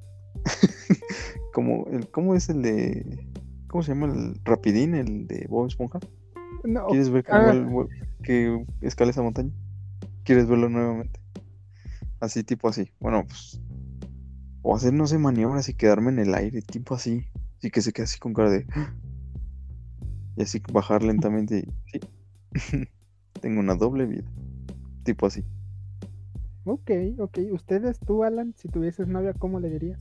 ¿cómo es cómo se llama el Rapidín, el de Bob Esponja? No, ¿Quieres ver que escala esa montaña? ¿Quieres verlo nuevamente? Así, tipo así. Bueno, pues. O hacer, no sé, maniobras y quedarme en el aire, tipo así. Y que se quede así con cara de. Y así bajar lentamente. Sí. Tengo una doble vida. Tipo así. ok. Ustedes, tú, Alan, si tuvieses novia, ¿cómo le dirías?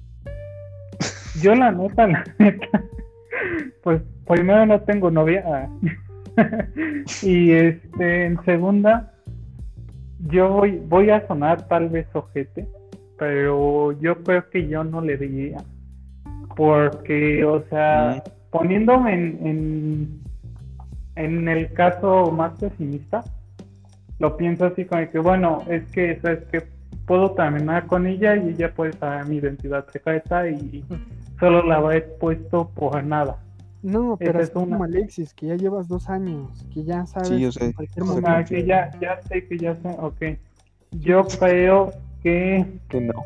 Yo la neta, pues primero no tengo novia. Y en segunda, yo voy a sonar tal vez ojete, pero yo creo que yo no le diría, porque, o sea, poniéndome en el caso más pesimista, lo pienso así como que, bueno, es que, ¿sabes que puedo terminar con ella y ella puede saber mi identidad secreta y solo la habré puesto por nada? No, pero Esa es es como una. Alexis, que ya llevas 2 años, que ya sabes Sí, yo que sé. en cualquier O momento. sea, que ya sé, ok. Yo creo que Que no.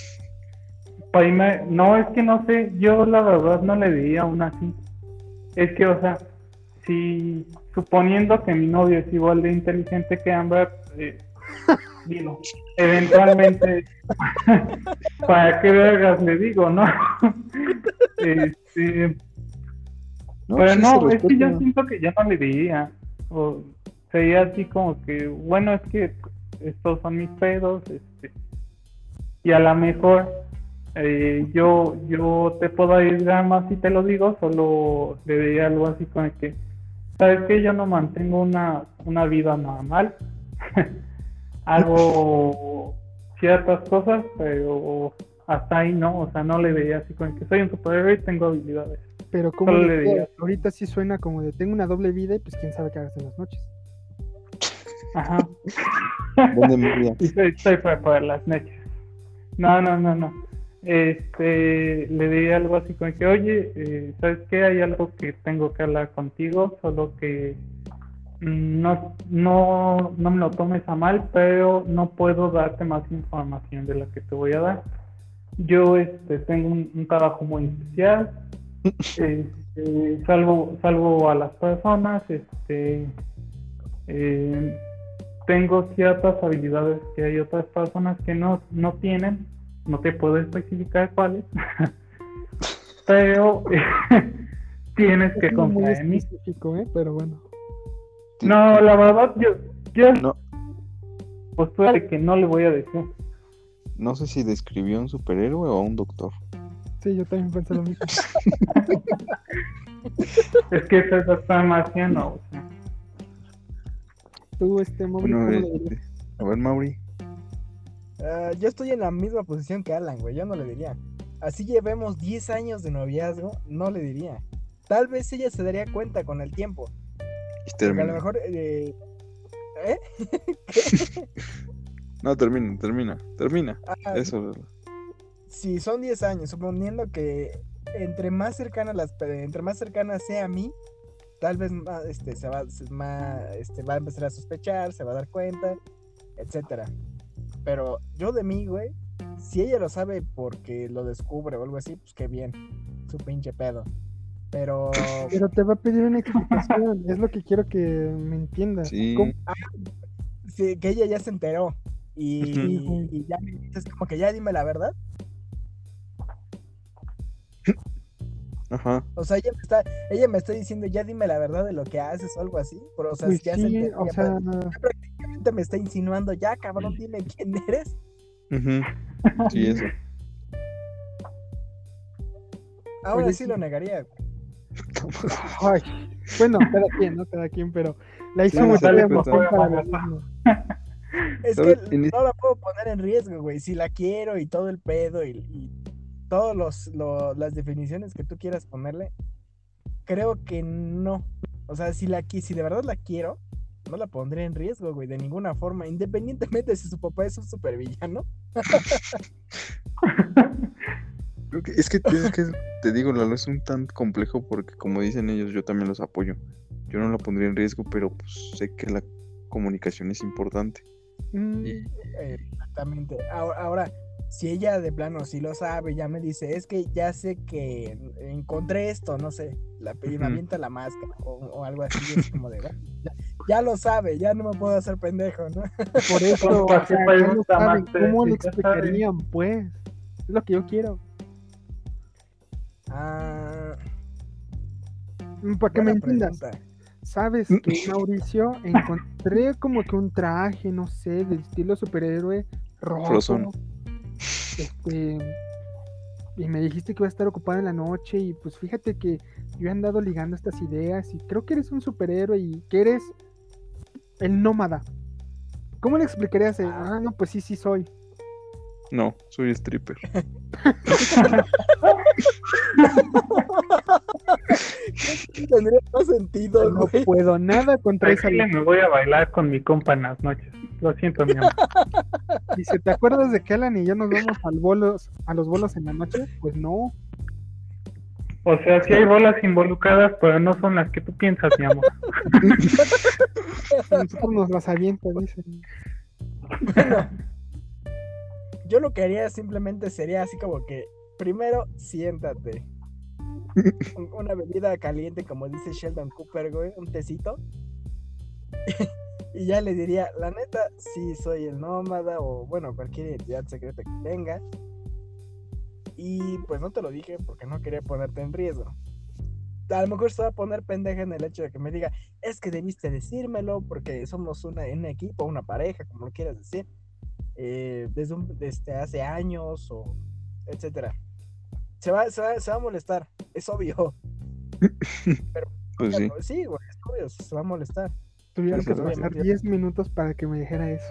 no, es que no sé, yo la verdad no le diría aún así. Es que, o sea, si suponiendo que mi novio es igual de inteligente que Amber, digo, eventualmente, ¿para qué vergas le digo, no? Este, No, pero sí se no, es que yo respeta. siento que ya no le diría. O sería así como que, bueno, es que estos son mis pedos, y a lo mejor yo te puedo ayudar más si te lo digo, solo le diría algo así como que, ¿sabes qué? Yo no mantengo una vida normal. Hago ciertas cosas, pero hasta ahí no, o sea, no le diría así como que soy un superhéroe y tengo habilidades. Pero como Solo le diría, ahorita sí suena como de tengo una doble vida y pues quién sabe qué hagas en las noches. ajá. ¿Dónde me iría? Y estoy para las noches. No. Le diría algo así como que, oye, ¿sabes qué? Hay algo que tengo que hablar contigo, solo que no me lo tomes a mal, pero no puedo darte más información de la que te voy a dar. Yo tengo un trabajo muy especial, salvo a las personas, tengo ciertas habilidades que hay otras personas que no tienen, no te puedo especificar cuáles, pero tienes que Es muy confiar en mí. específico, pero bueno. No, la verdad, yo No, postura de que no le voy a decir. no sé si describió a un superhéroe o a un doctor. Sí, yo también pensé lo mismo. Es que eso es hasta marciano, o sea. Tú, Mauri, Bueno, ¿cómo lo dirías? a ver, Mauri. Yo estoy en la misma posición que Alan, güey. Yo no le diría. Así llevemos 10 años de noviazgo, no le diría. Tal vez ella se daría cuenta con el tiempo. Y Porque a termina. lo mejor. No, termina. Eso. Si son 10 años, suponiendo que entre más cercana sea a mí, tal vez va a empezar a sospechar, se va a dar cuenta, etcétera. Pero yo de mí, güey, si ella lo sabe porque lo descubre o algo así, pues qué bien, su pinche pedo. Pero te va a pedir una explicación, es lo que quiero que me entiendas. Sí. ¿Cómo? sí, que ella ya se enteró y, Ujú. y ya me dices como que ya dime la verdad. Ajá. O sea, ella me está diciendo ya dime la verdad de lo que haces o algo así. Pero, o sea, Pues ya se sí, enteró, o ya sea, prácticamente me está insinuando, ya cabrón, dime quién eres. Ujú. Sí, eso. Ahora Oye, sí sí. lo negaría. ay, bueno, cada quien, ¿no? Cada quien, pero la hizo Sí, muy se bien respeta. para lo mismo. Es ¿Sabes? que no la puedo poner en riesgo, güey. Si la quiero y todo el pedo y todas las definiciones que tú quieras ponerle, creo que no. O sea, si de verdad la quiero, no la pondré en riesgo, güey, de ninguna forma. Independientemente si su papá es un supervillano. Es que te digo, Lalo, es un tan complejo porque como dicen ellos, yo también los apoyo. Yo no la pondría en riesgo, pero pues sé que la comunicación es importante. Y Exactamente. Ahora, si ella de plano sí lo sabe, ya me dice, es que ya sé que encontré esto, no sé, y me avienta la máscara o algo así, es como de, bueno, ya lo sabe, ya no me puedo hacer pendejo, ¿no? Por eso, o ¿Para qué sea, ya pregunta lo saben, más? ¿cómo le Ya saben. explicarían, pues? Es lo que yo quiero. Para que me Buena entiendas. pregunta. Sabes que, Mauricio, encontré como que un traje, no sé, del estilo superhéroe rojo. Frozón. Y me dijiste que iba a estar ocupado en la noche y pues fíjate que yo he andado ligando estas ideas y creo que eres un superhéroe y que eres el nómada. ¿Cómo le explicarías? No, pues sí soy. no, soy stripper. Tendría más sentido, No güey. puedo nada contra Al esa chile me voy a bailar con mi compa en las noches. Lo siento, mi amor. Dice, ¿te acuerdas de que Alan y yo nos vamos a los bolos en la noche? Pues no. O sea, sí hay bolas involucradas, pero no son las que tú piensas, mi amor. Nosotros nos las avienta, dice. Bueno, yo lo que haría simplemente sería así como que, primero, siéntate. Una bebida caliente, como dice Sheldon Cooper, güey, un tecito. Y ya le diría, la neta, sí soy el nómada, o bueno, cualquier identidad secreta que tenga. Y pues no te lo dije porque no quería ponerte en riesgo. A lo mejor se va a poner pendeja en el hecho de que me diga, es que debiste decírmelo porque somos un equipo, una pareja, como lo quieras decir, desde hace años, o etcétera. Se va a molestar, es obvio. Pero Pues sí. sí, güey, es obvio, se va a molestar. Tuvieron Pero que pues, pasar obviamente- 10 minutos para que me dijera eso.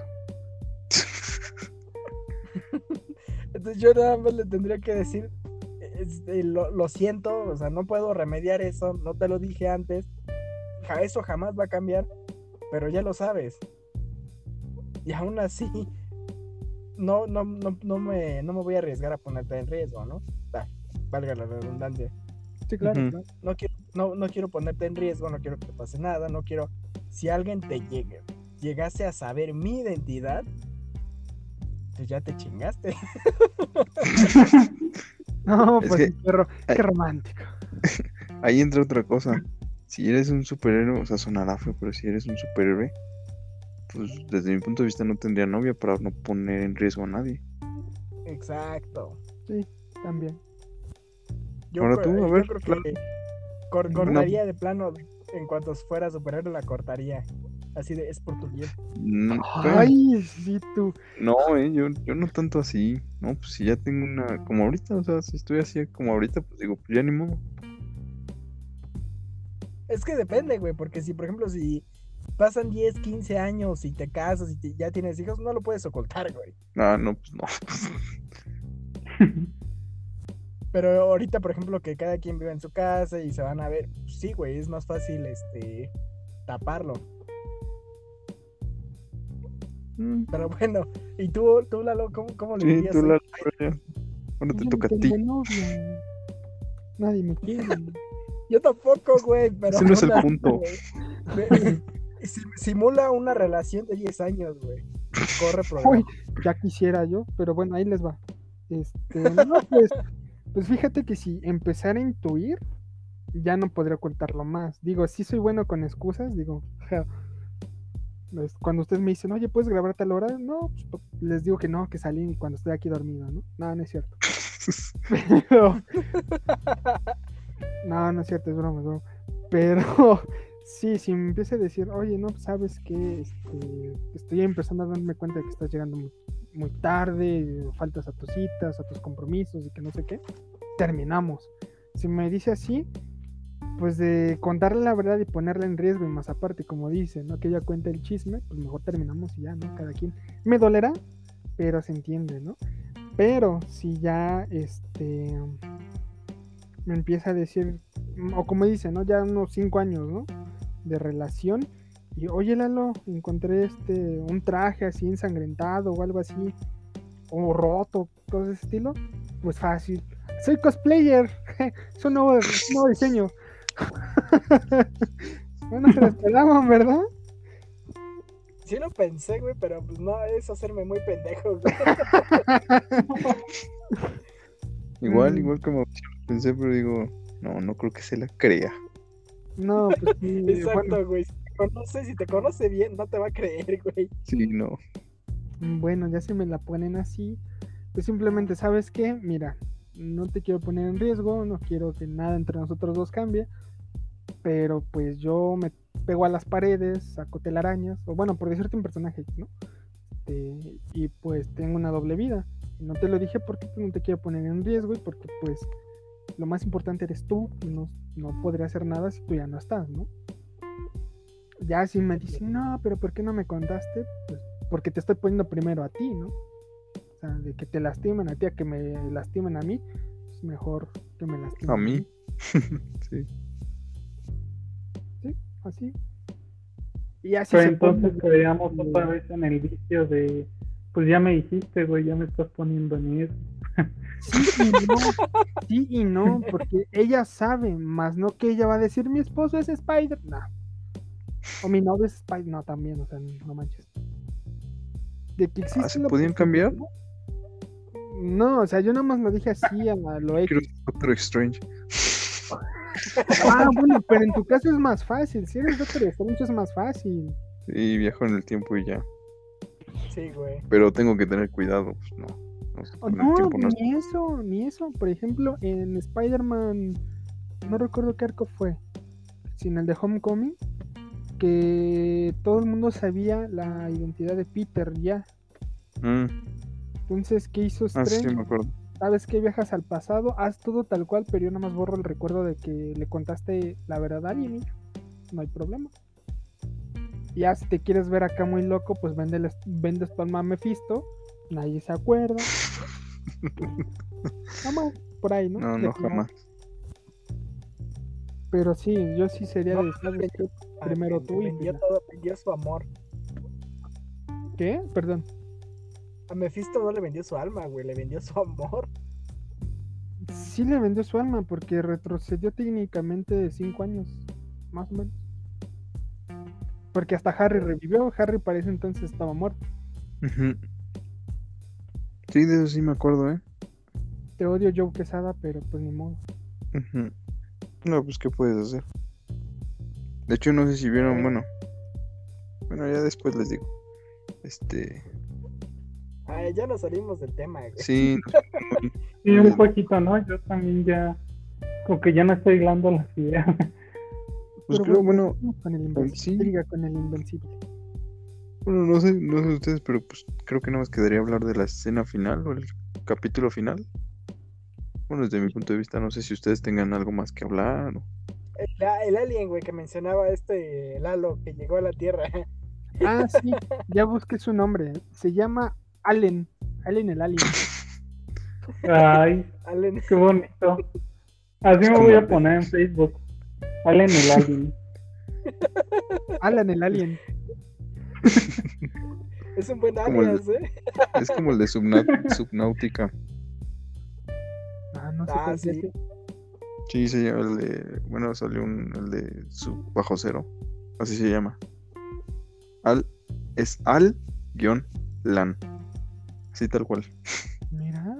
Entonces yo nada más le tendría que decir, lo siento, o sea, no puedo remediar eso, no te lo dije antes, eso jamás va a cambiar, pero ya lo sabes. Y aún así, no me voy a arriesgar a ponerte en riesgo, ¿no? Valga la redundancia. Sí, claro, Ujú. claro. No quiero ponerte en riesgo, no quiero que te pase nada, no quiero, si alguien te llegase a saber mi identidad, pues ya te chingaste. No, Es pues que- mi perro, qué romántico. Ahí entra otra cosa. Si eres un superhéroe, o sea, sonará feo, pero si eres un superhéroe, pues desde mi punto de vista no tendría novia para no poner en riesgo a nadie. Exacto. Sí, también. Ahora tú, a ver, yo creo claro. que No. cortaría de plano, en cuanto fuera superhéroe la cortaría. Así de, es por tu bien. Bueno, Ay, sí, tú. no, yo no tanto así. No, pues si ya tengo una, como ahorita, o sea, si estoy así como ahorita, pues digo, pues ya ni modo. Es que depende, güey, porque si, por ejemplo, si pasan 10, 15 años y te casas y ya tienes hijos, no lo puedes ocultar, güey. Ah, no, pues no. Pero ahorita, por ejemplo, que cada quien vive en su casa y se van a ver, pues sí, güey, es más fácil taparlo. Pero bueno, ¿y tú Lalo, cómo le Sí, dirías? tú la ya. Ahora te Yo toca no a ti. tengo novia. Nadie me quiere. Yo tampoco, güey, pero Ese no es el una- punto. güey, simula una relación de 10 años, güey. Corre programa. Uy, ya quisiera yo, pero bueno, ahí les va. No, pues fíjate que si empezara a intuir, ya no podría ocultarlo más. Digo, sí soy bueno con excusas, digo, cuando ustedes me dicen, oye, ¿puedes grabar a tal hora? No, pues, les digo que no, que salí cuando estoy aquí dormido, ¿no? No, no es cierto. Pero, no es cierto, es broma, es broma. Pero sí, si me empieza a decir, oye, no, sabes que estoy empezando a darme cuenta de que estás llegando muy tarde, faltas a tus citas, a tus compromisos y que no sé qué, terminamos. Si me dice así, pues de contarle la verdad y ponerla en riesgo y más aparte, como dice, ¿no? Que ella cuente el chisme, pues mejor terminamos y ya, ¿no? Cada quien. Me dolerá, pero se entiende, ¿no? Pero si ya, me empieza a decir, o como dice, ¿no? Ya unos 5 años, ¿no? De relación. Y oye, Lalo, encontré un traje así ensangrentado o algo así, o roto, todo ese estilo. Pues fácil. Soy cosplayer. Es un nuevo diseño. Bueno, se lo esperaban, ¿verdad? Sí lo pensé, güey, pero pues no, es hacerme muy pendejo, güey. Igual como pensé, pero digo, no creo que se la crea. No, pues sí, Exacto, güey. Si te conoce bien, no te va a creer, güey. Sí, no. bueno, ya se me la ponen así. Pues simplemente, ¿sabes qué? Mira, no te quiero poner en riesgo, no quiero que nada entre nosotros dos cambie, pero pues yo me pego a las paredes, saco telarañas, o bueno, por decirte un personaje, ¿no? Y pues tengo una doble vida. No te lo dije porque no te quiero poner en riesgo y porque pues lo más importante eres tú y no podría hacer nada si tú ya no estás, ¿no? Ya si me dicen, no, pero ¿por qué no me contaste? Pues porque te estoy poniendo primero a ti, ¿no? O sea, de que te lastimen a ti a que me lastimen a mí, es mejor que me lastimen A mí. Sí. así. Y así Pero se entonces pone. creamos otra vez en el vicio de, pues ya me dijiste, güey, ya me estás poniendo en eso. Sí y no, porque ella sabe, más no que ella va a decir mi esposo es Spider, no. O mi novio es Spider, no, también, o sea, no manches. De que existe ¿Se la podían cambiar? posibilidad. No, o sea, yo nada más lo dije así a lo X. Quiero Doctor Strange. Bueno, pero en tu caso es más fácil. Si eres Doctor Strange es más fácil. Sí, viajo en el tiempo y ya. Sí, güey. Pero tengo que tener cuidado, pues no. Con el No, tiempo no es- ni eso. Por ejemplo, en Spider-Man, no recuerdo qué arco fue, sino el de Homecoming, que todo el mundo sabía la identidad de Peter ya. Mm, Entonces, ¿qué hizo sí, Strange? me acuerdo. ¿Sabes qué? Viajas al pasado, haz todo tal cual, pero yo nada más borro el recuerdo de que le contaste la verdad a alguien y no hay problema. Ya si te quieres ver acá muy loco, pues vendes tu alma a Mephisto, nadie se acuerda. Jamás, por ahí, ¿no? No, De no, que no. jamás. Pero sí, yo sí sería No, de, ¿sabes qué? Primero tú y vendió ya. todo, vendió su amor. ¿Qué? Perdón. A Mephisto no le vendió su alma, güey, le vendió su amor. Sí le vendió su alma porque retrocedió técnicamente 5 años, más o menos. Porque hasta Harry revivió, Harry para ese entonces estaba muerto. Ujú. Sí, de eso sí me acuerdo, ¿eh? Te odio Joe Quesada, pero pues ni modo. Ujú. No, pues, ¿qué puedes hacer? De hecho, no sé si vieron, bueno, ya después les digo. Ay, ya nos salimos del tema, güey. Sí, Sí, un poquito, ¿no? Yo también ya, como que ya no estoy hilando las ideas. pues Pero creo, bueno, vamos con el Invencible. sí. Diga, con el Invencible. bueno, no sé ustedes, pero pues creo que nada más quedaría hablar de la escena final o el capítulo final. Bueno, desde mi punto de vista, no sé si ustedes tengan algo más que hablar. El alien, güey, que mencionaba Lalo, que llegó a la Tierra. Sí, ya busqué su nombre. Se llama Allen. Allen el Alien. Ay, Alien. qué bonito. Así me voy a poner en Facebook. Allen el Alien. Alan el Alien. Es un buen Como el- alias, ¿eh? Es como el de Subnautica. No sé Ah, cuál sea sí. ese. Sí, se llama el de. Bueno, salió el de Bajo Cero. Así se llama. Es Al-Lan. Así tal cual. Mira.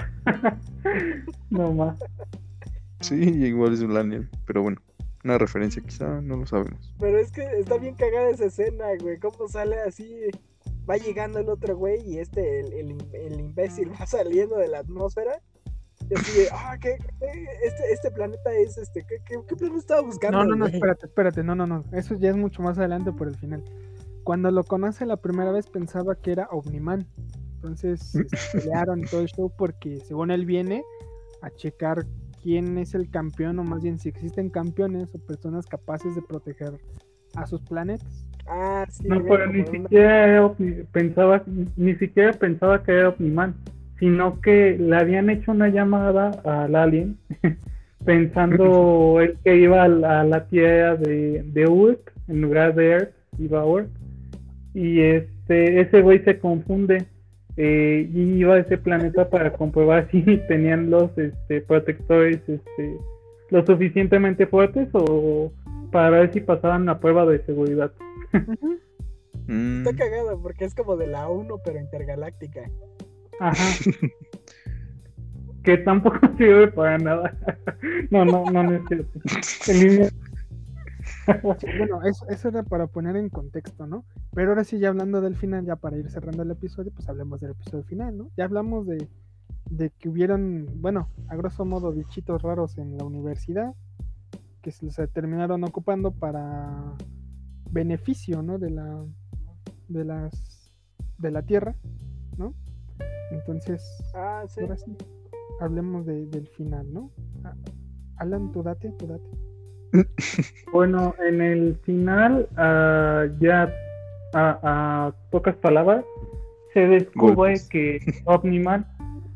No más. Sí, igual es un alien. Pero bueno, una referencia quizá, no lo sabemos. Pero es que está bien cagada esa escena, güey. Cómo sale así. Va llegando el otro güey y el imbécil va saliendo de la atmósfera. Y así de, ¿qué? Este planeta es ¿qué planeta estaba buscando? No, güey? espérate. No. Eso ya es mucho más adelante por el final. Cuando lo conoce la primera vez pensaba que era Omniman. Entonces se pelearon y todo el show porque según él viene a checar quién es el campeón, o más bien si existen campeones o personas capaces de proteger a sus planetas. Sí. No, viene pero como ni en una- siquiera ni siquiera pensaba que era Omniman, sino que le habían hecho una llamada al alien pensando él que iba a la tierra de Urk en lugar de Earth, iba a Urk, y ese güey se confunde y iba a ese planeta para comprobar si tenían los protectores lo suficientemente fuertes o para ver si pasaban la prueba de seguridad. Está cagado porque es como de la 1 pero intergaláctica. Ajá. Que tampoco sirve para nada. No es cierto. Bueno, eso era para poner en contexto, ¿no? Pero ahora sí, ya hablando del final, ya para ir cerrando el episodio, pues hablemos del episodio final, ¿no? Ya hablamos de que hubieron, bueno, a grosso modo, bichitos raros en la universidad que se terminaron ocupando para beneficio, ¿no? De la Tierra, ¿no? Entonces, Sí. ahora sí, hablemos del final, ¿no? Alan, tú date. Bueno, en el final, ya a pocas palabras, se descubre Golpes. que Omniman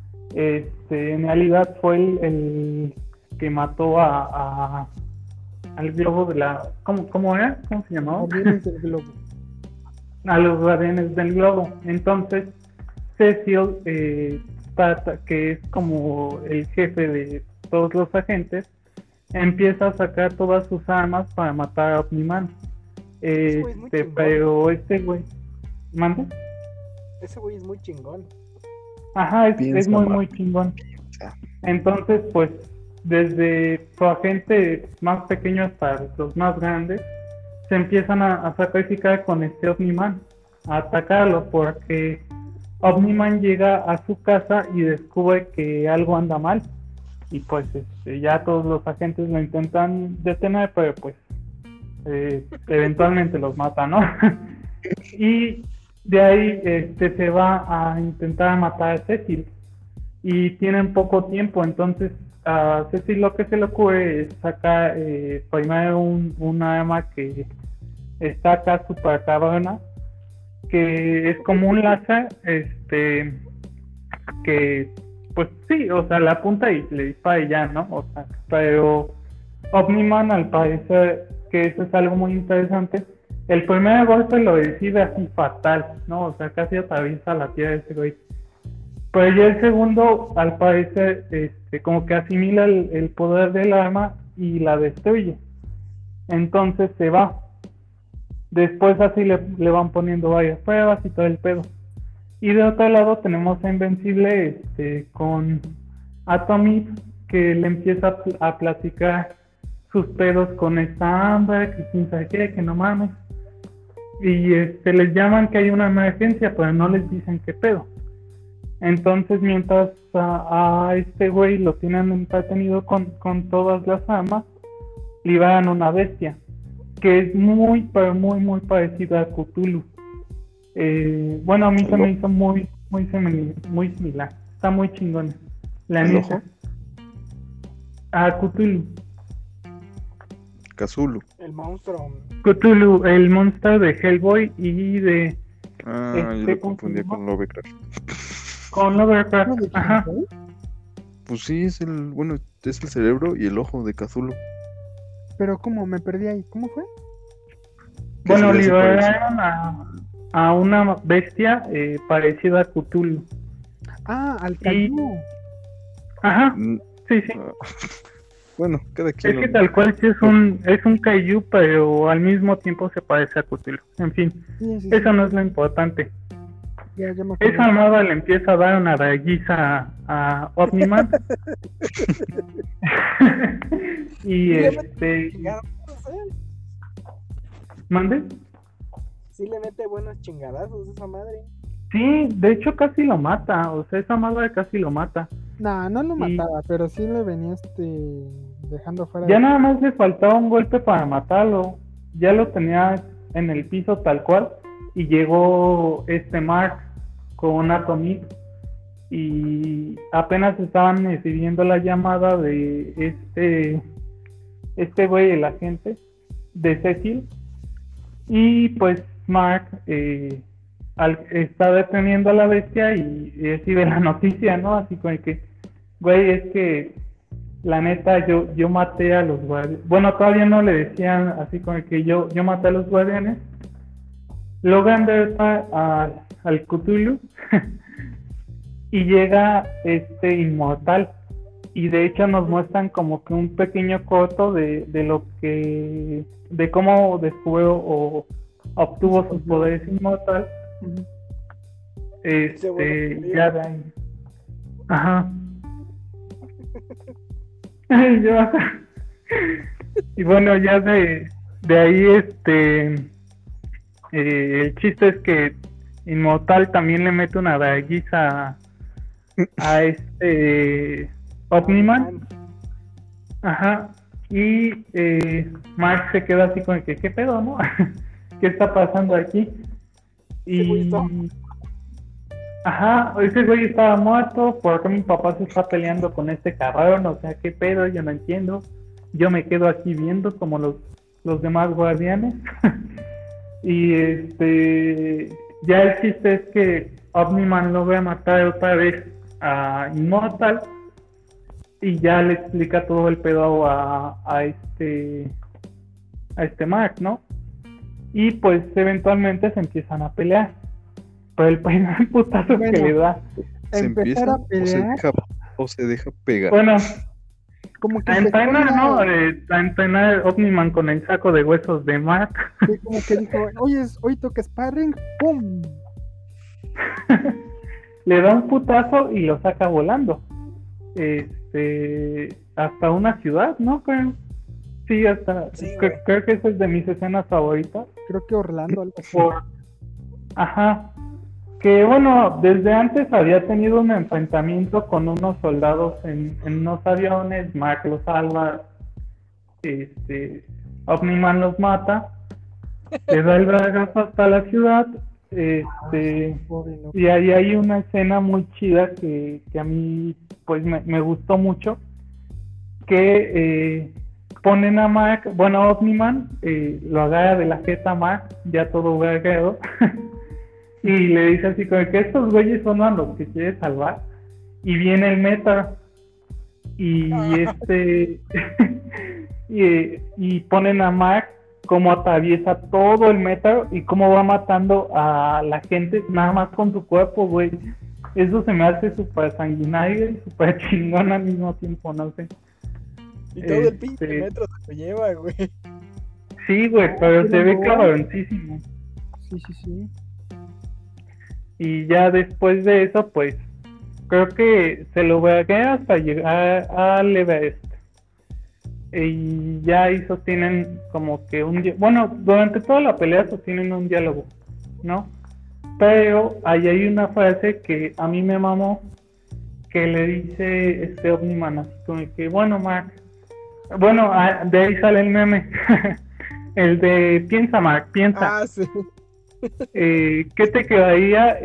en realidad fue el que mató a al globo de la... ¿Cómo era? ¿Cómo se llamaba? Guardianes del Globo. A los guardianes del globo. Entonces, Cecil, que es como el jefe de todos los agentes, empieza a sacar todas sus armas para matar a Omni-Man. Ese güey es muy chingón. Pero este güey... ¿Mande? Ese güey es muy chingón. Ajá, es Piensa muy, mal. muy chingón. Piensa. Entonces, pues, desde su agente más pequeño hasta los más grandes, se empiezan a sacrificar con este Omni-Man, a atacarlo, porque Omni-Man llega a su casa y descubre que algo anda mal. Y pues ya todos los agentes lo intentan detener, pero pues eventualmente los mata, ¿no? Y de ahí se va a intentar matar a Cecil. Y tienen poco tiempo, entonces a Cecil lo que se le ocurre es sacar primero un arma que está acá super cabrona, que es como un láser, que pues sí, o sea, la apunta y le dispara y ya, ¿no? O sea, pero Omni-Man, al parecer, que eso es algo muy interesante, el primer golpe lo recibe así fatal, ¿no? O sea, casi atraviesa la piel de ese güey. Pero ya el segundo, al parecer, como que asimila el poder del arma y la destruye. Entonces se va. Después así le van poniendo varias pruebas y todo el pedo. Y de otro lado tenemos a Invencible con Atomic, que le empieza a platicar sus pedos con esta Amber, que quién sabe qué, que no mames. Y les llaman que hay una emergencia, pero no les dicen qué pedo. Entonces, mientras a este güey lo tienen entretenido con todas las armas, liberan una bestia que es muy, pero muy, muy parecida a Cthulhu. Bueno, a mí se me hizo muy similar. Está muy chingona. La ¿El neta. ojo? A Cthulhu. Cthulhu. El monstruo. Cthulhu, el monstruo de Hellboy y de... Ah, yo ¿cómo lo confundía se con llama? Lovecraft. Con Lovecraft. Ajá. Pues sí, es es el cerebro y el ojo de Cthulhu. Pero ¿cómo? Me perdí ahí. ¿Cómo fue? Que Bueno, se le hace liberaron a una bestia parecida a Cthulhu. Ah, al Caillou. Ajá, Mm, sí, sí. ah, Bueno, cada Es quien. que tal cual sí es un kaiju, pero al mismo tiempo se parece a Cthulhu. En fin, Sí, sí, eso sí. no es lo importante. Ya me acordé. Esa armada le empieza a dar una rayiza a Omni-Man. Y Chingadazos, ¿mande? Sí le mete buenos chingadazos esa madre. Sí, de hecho casi lo mata. O sea, esa madre casi lo mata. Nah, no lo Y- mataba, pero sí le venía dejando fuera Ya de... nada más le faltaba un golpe para matarlo. Ya lo tenía en el piso tal cual. Y llegó Mark con Atomic. Y apenas estaban recibiendo la llamada de este güey, el agente de Cecil. Y pues Mark está deteniendo a la bestia y recibe la noticia, ¿no? Así como que, güey, es que la neta yo maté a los guardianes. Bueno, todavía no le decían así como que yo maté a los guardianes. Logan derrota al Cthulhu y llega inmortal. Y de hecho nos muestran como que un pequeño corto de cómo descubrió o obtuvo sus poderes inmortal. Ujú. Ya de ahí. Ajá. Ay, yo. Y bueno, ya de ahí el chiste es que Inmortal también le mete una daguiza a Omni-Man. Ajá. Y Mark se queda así con el que, ¿qué pedo, no? ¿Qué está pasando aquí? Y... Ajá, ese güey estaba muerto, ¿por qué mi papá se está peleando con este cabrón? O sea, ¿qué pedo? Yo no entiendo. Yo me quedo aquí viendo como los demás guardianes. Y ya el chiste es que Omni-Man logra matar otra vez a Immortal y ya le explica todo el pedo a a este Mark, ¿no? Y pues eventualmente se empiezan a pelear. Pero el primer putazo Bueno, que le da, ¿Se empezar empieza a pelear, o se deja pegar? bueno, como que a se entrenar, ¿no? cambia, A entrenar Omniman con el saco de huesos de Mark. sí, como que dijo, oye, hoy toca sparring, ¡pum! Le da un putazo y lo saca volando. Hasta una ciudad, ¿no? Sí, Sí, güey. creo que esa es de mis escenas favoritas. Creo que Orlando, algo así. Ajá. Que bueno, desde antes había tenido un enfrentamiento con unos soldados en unos aviones, Mark los salva, Omniman los mata, le da el bragazo hasta la ciudad, Pobre loco. y ahí hay una escena muy chida que a mí pues me gustó mucho, que ponen a Mark, bueno, Omniman lo agarra de la jeta a Mark, ya todo verguero, y le dice así como que estos güeyes son a los que quiere salvar, y viene el meta, y y ponen a Mark como atraviesa todo el meta y cómo va matando a la gente nada más con su cuerpo, güey. Eso se me hace súper sanguinario y súper chingón al mismo tiempo, no sé. Y todo el pinche metro se lo lleva, güey. Sí, güey, pero qué se ve locura. cabroncísimo. Sí. Y ya después de eso, pues, creo que se lo vergué hasta llegar al Everest. Y ya ahí sostienen como que bueno, durante toda la pelea sostienen un diálogo, ¿no? Pero ahí hay una frase que a mí me mamó, que le dice Omniman, así como que, bueno, Mark, bueno, de ahí sale el meme, el de piensa, Mark, piensa. Ah, sí. ¿Qué te quedaría,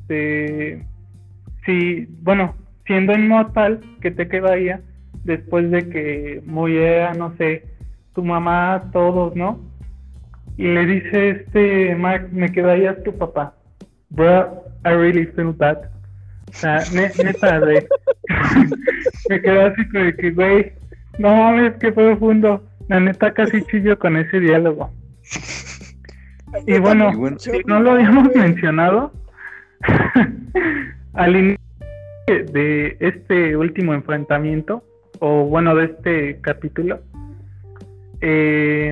si, bueno, siendo inmortal, qué te quedaría después de que muriera, no sé, tu mamá, todos, ¿no? Y le dice Mark, me quedaría tu papá. Bro, I really feel that. O sea, neta, güey. Me quedé así como de que, güey, no mames, qué profundo. La neta casi chillo con ese diálogo. Y bueno, si no lo habíamos mencionado, al inicio de este último enfrentamiento, o bueno, de este capítulo, se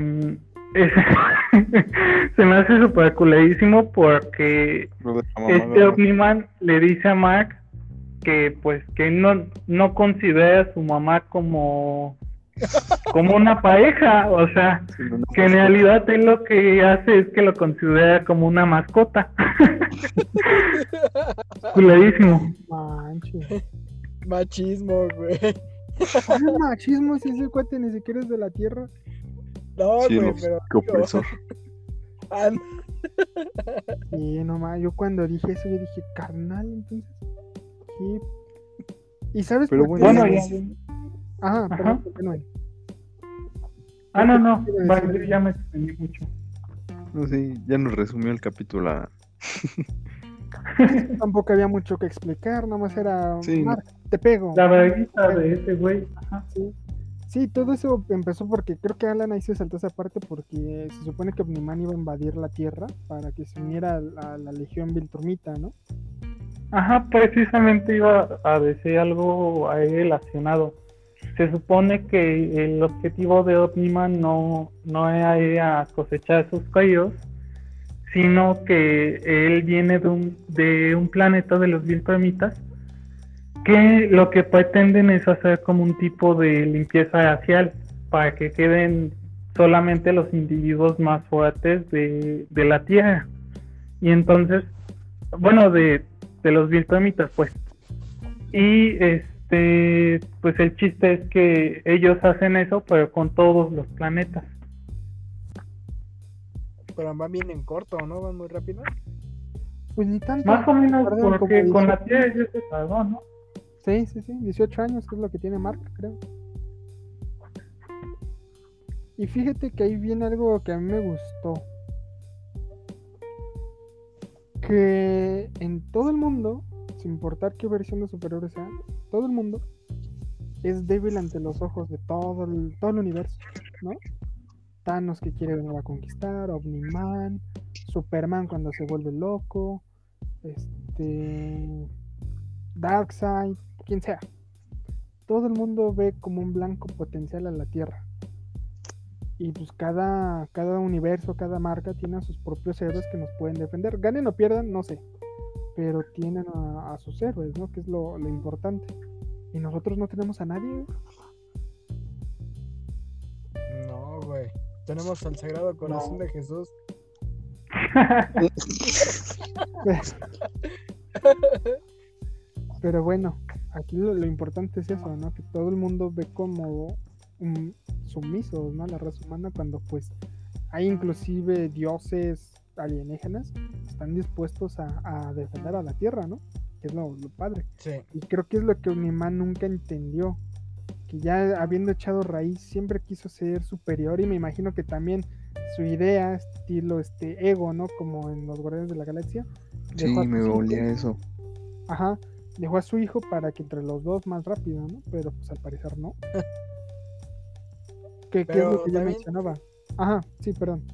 me hace súper culerísimo porque Omniman le dice a Mark que pues que no considera a su mamá como una pareja, o sea, que en realidad él lo que hace es que lo considera como una mascota. Culerísimo. Manches. Machismo, güey. ¿Qué machismo si ese cuate ni siquiera es de la tierra? No, Sí, güey, no, pero. qué opresor. Sí, nomás, yo cuando dije eso, yo dije, carnal, entonces, ¿qué? ¿Y sabes Pero por qué? Bueno, ya. Ajá, Ajá. perdón, continúen. No, quiero vale, decir? ya me extendí mucho. No sé, ya nos resumió el capítulo. Tampoco había mucho que explicar, nomás era, Sí. Mark, te pego. La verguita de ese güey. Ajá. Sí, todo eso empezó porque creo que Alan ahí se saltó esa parte porque se supone que Omniman iba a invadir la Tierra para que se uniera a la Legión Viltrumita, ¿no? Ajá, precisamente iba a decir algo ahí relacionado. Se supone que el objetivo de Omniman no era ir a cosechar sus caídos, sino que él viene de un planeta de los Viltrumitas, que lo que pretenden es hacer como un tipo de limpieza racial para que queden solamente los individuos más fuertes de la Tierra. Y entonces, bueno, de los Viltrumitas, pues. Y pues el chiste es que ellos hacen eso, pero con todos los planetas. Pero van bien en corto, ¿no? Van muy rápido. Pues ni tanto. Más o menos, tardaron porque como con 18 la Tierra ya se tardó, ¿no? Sí, 18 años, que es lo que tiene Mark, creo. Y fíjate que ahí viene algo que a mí me gustó. Que en todo el mundo, sin importar qué versión de superhéroe sea, todo el mundo es débil ante los ojos de todo el universo, ¿no? Thanos que quiere venir a conquistar, Omni-Man, Superman cuando se vuelve loco, Darkseid, quien sea. Todo el mundo ve como un blanco potencial a la Tierra. Y pues cada universo, cada marca tiene a sus propios héroes que nos pueden defender. Ganen o pierdan, no sé. Pero tienen a sus héroes, ¿no? Que es lo importante. Y nosotros no tenemos a nadie. No, güey. Tenemos al Sagrado Corazón de Jesús. Pero bueno, aquí lo importante es eso, ¿no? Que todo el mundo ve como sumisos, ¿no? La raza humana, cuando pues hay inclusive dioses alienígenas están dispuestos a defender a la Tierra, ¿no? Que es lo padre. Sí. Y creo que es lo que Omni-Man nunca entendió, que ya habiendo echado raíz siempre quiso ser superior, y me imagino que también su idea, estilo ego, ¿no? Como en los Guardianes de la Galaxia. Sí, me olía eso. Ajá, dejó a su hijo para que entre los dos más rápido, ¿no? Pero pues al parecer no. ¿Qué es lo que yo mencionaba? Ajá, sí, perdón.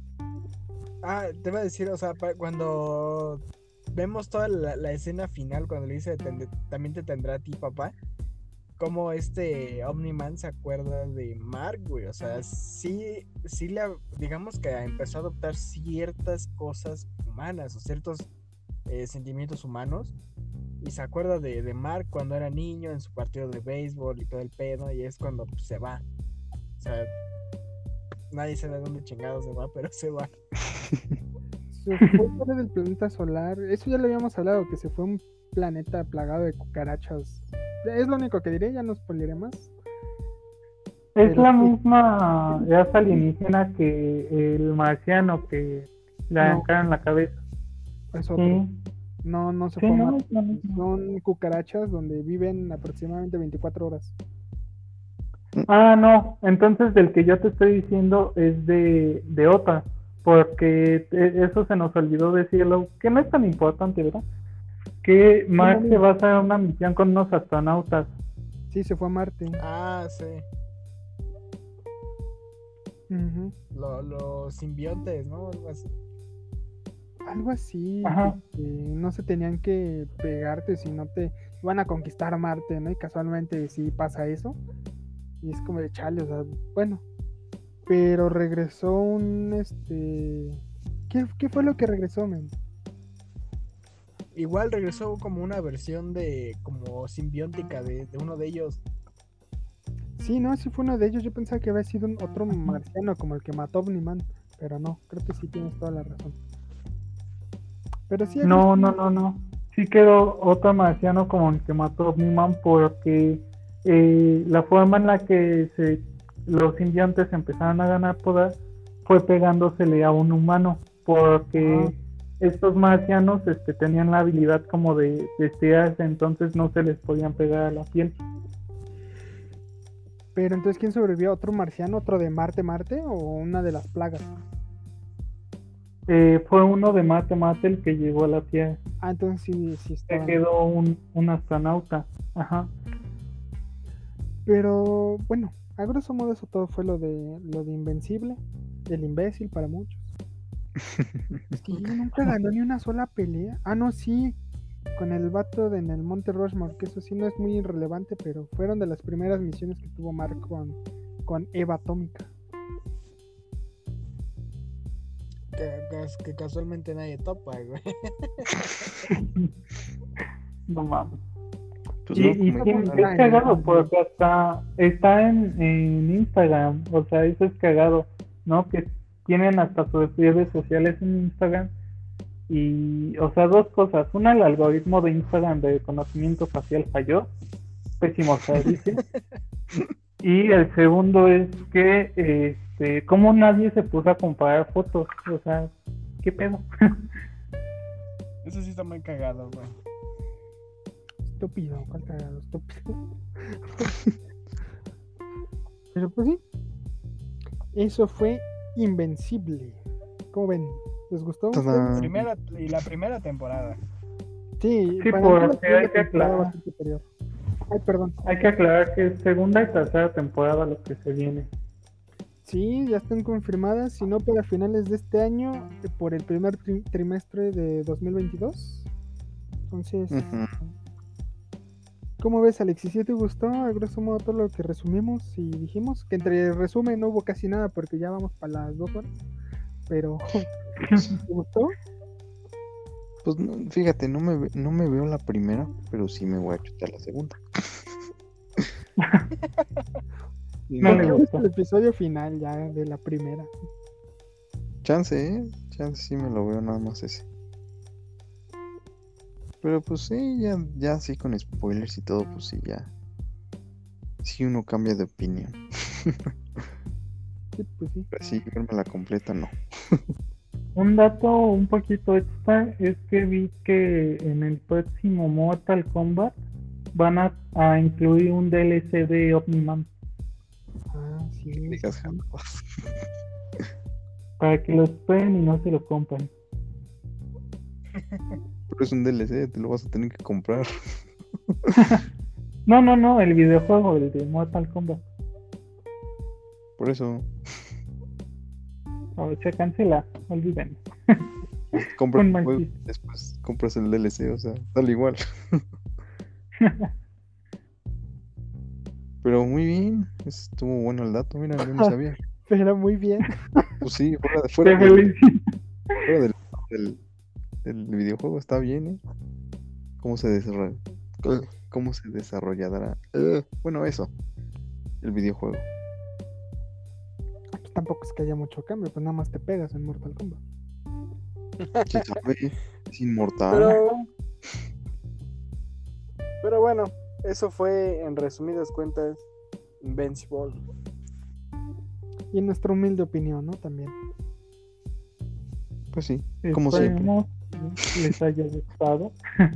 Te iba a decir, o sea, cuando vemos toda la escena final, cuando le dice también te tendrá a ti, papá, como Omni-Man se acuerda de Mark, güey. O sea, sí digamos que empezó a adoptar ciertas cosas humanas o ciertos sentimientos humanos, y se acuerda de Mark cuando era niño en su partido de béisbol y todo el pedo, y es cuando pues, se va. O sea, nadie sabe de dónde chingado se va, pero se va. Se fue fuera del planeta solar. Eso ya lo habíamos hablado, que se fue a un planeta plagado de cucarachas. Es lo único que diré, ya no spoileré más. Es la misma raza alienígena que el marciano que le arrancaron la cabeza. Es otro. Sí. No se Sí, fue a no, Marte. es la misma. Son cucarachas donde viven aproximadamente 24 horas. No, entonces del que yo te estoy diciendo es de otra, porque eso se nos olvidó decirlo, que no es tan importante, ¿verdad? Que Mark se va a hacer una misión con unos astronautas. Sí, se fue a Marte. Sí. Uh-huh. Los simbiontes, ¿no? Algo así. Ajá. Que no se tenían que pegarte, si no te iban a conquistar Marte, ¿no? Y casualmente sí pasa eso. Y es como de chale, o sea, bueno. Pero regresó un ¿Qué fue lo que regresó, men? Igual regresó como una versión como simbiótica de uno de ellos. Sí, no, sí fue uno de ellos. Yo pensaba que había sido otro marciano como el que mató a Omni-Man, pero no, creo que sí tienes toda la razón. Pero sí. No. Sí quedó otro marciano como el que mató a Omni-Man, porque la forma en la que los simbiontes empezaron a ganar poder fue pegándosele a un humano, porque estos marcianos tenían la habilidad como de estirarse, entonces no se les podían pegar a la piel. Pero entonces, ¿quién sobrevivió? ¿Otro marciano? ¿Otro de Marte o una de las plagas? Fue uno de Marte el que llegó a la Tierra. Entonces sí está. Se quedó un astronauta. Ajá. Pero bueno, a grosso modo eso todo fue lo de Invencible, el imbécil para muchos. Sí, nunca ganó ni una sola pelea. No, sí, con el vato en el Monte Rushmore, que eso sí no es muy irrelevante, pero fueron de las primeras misiones que tuvo Mark con Eva Atómica. Que casualmente nadie topa, güey. No mames. Pues y es cagado porque hasta está en Instagram, o sea, eso es cagado, ¿no? Que tienen hasta sus redes sociales en Instagram. Y, o sea, dos cosas. Una, el algoritmo de Instagram de reconocimiento facial falló. Pésimo servicio. Y el segundo es que, como nadie se puso a comparar fotos. O sea, ¿qué pedo? Eso sí está muy cagado, güey. Estúpido, ¿cuál cagado? Estúpido. Pero pues sí. Eso fue Invencible. ¿Cómo ven? ¿Les gustó? La primera temporada. Sí, porque hay que aclarar. Perdón. Hay que aclarar que es segunda y tercera temporada lo que se viene. Sí, ya están confirmadas, si no para finales de este año, por el primer trimestre de 2022. Entonces, Ujú. ¿cómo ves, Alexis? ¿Sí te gustó a grosso modo todo lo que resumimos y dijimos? Que entre resumen no hubo casi nada porque ya vamos para las 2 horas, pero ¿te gustó? Pues fíjate, no me veo la primera, pero sí me voy a chutar la segunda. Ni No ¿Por le qué modo. ves gustó. el episodio final ya de la primera? Chance, ¿eh? Chance sí me lo veo nada más ese. Pero pues sí, ya así con spoilers y todo, pues sí, ya. Sí uno cambia de opinión. Sí, pues sí. Pero sí, verme la completa, no. Un dato un poquito extra es que vi que en el próximo Mortal Kombat van a incluir un DLC de Omniman Ah, sí, sí, Digas sí. jamás. para que lo esperen y no se lo compren. Pero es un DLC, te lo vas a tener que comprar. No, el videojuego, el de Mortal Kombat. Por eso, O se cancela, olviden. pues, compras Un el mal juego y chiste. después compras el DLC, o sea, sale igual. Pero muy bien, estuvo bueno el dato, mira, yo ni sabía. Pero muy bien. Pues sí, Te felicito. fuera del, del videojuego está bien, ¿eh? Cómo se desarrolla, cómo se desarrollará. Bueno, eso, el videojuego. Pues tampoco es que haya mucho cambio, pues nada más te pegas en Mortal Kombat. ¿Quién sabe? Es inmortal. Pero bueno, eso fue en resumidas cuentas Invincible. Y en nuestra humilde opinión, ¿no? También. Pues sí, como siempre. Esperemos que les haya gustado.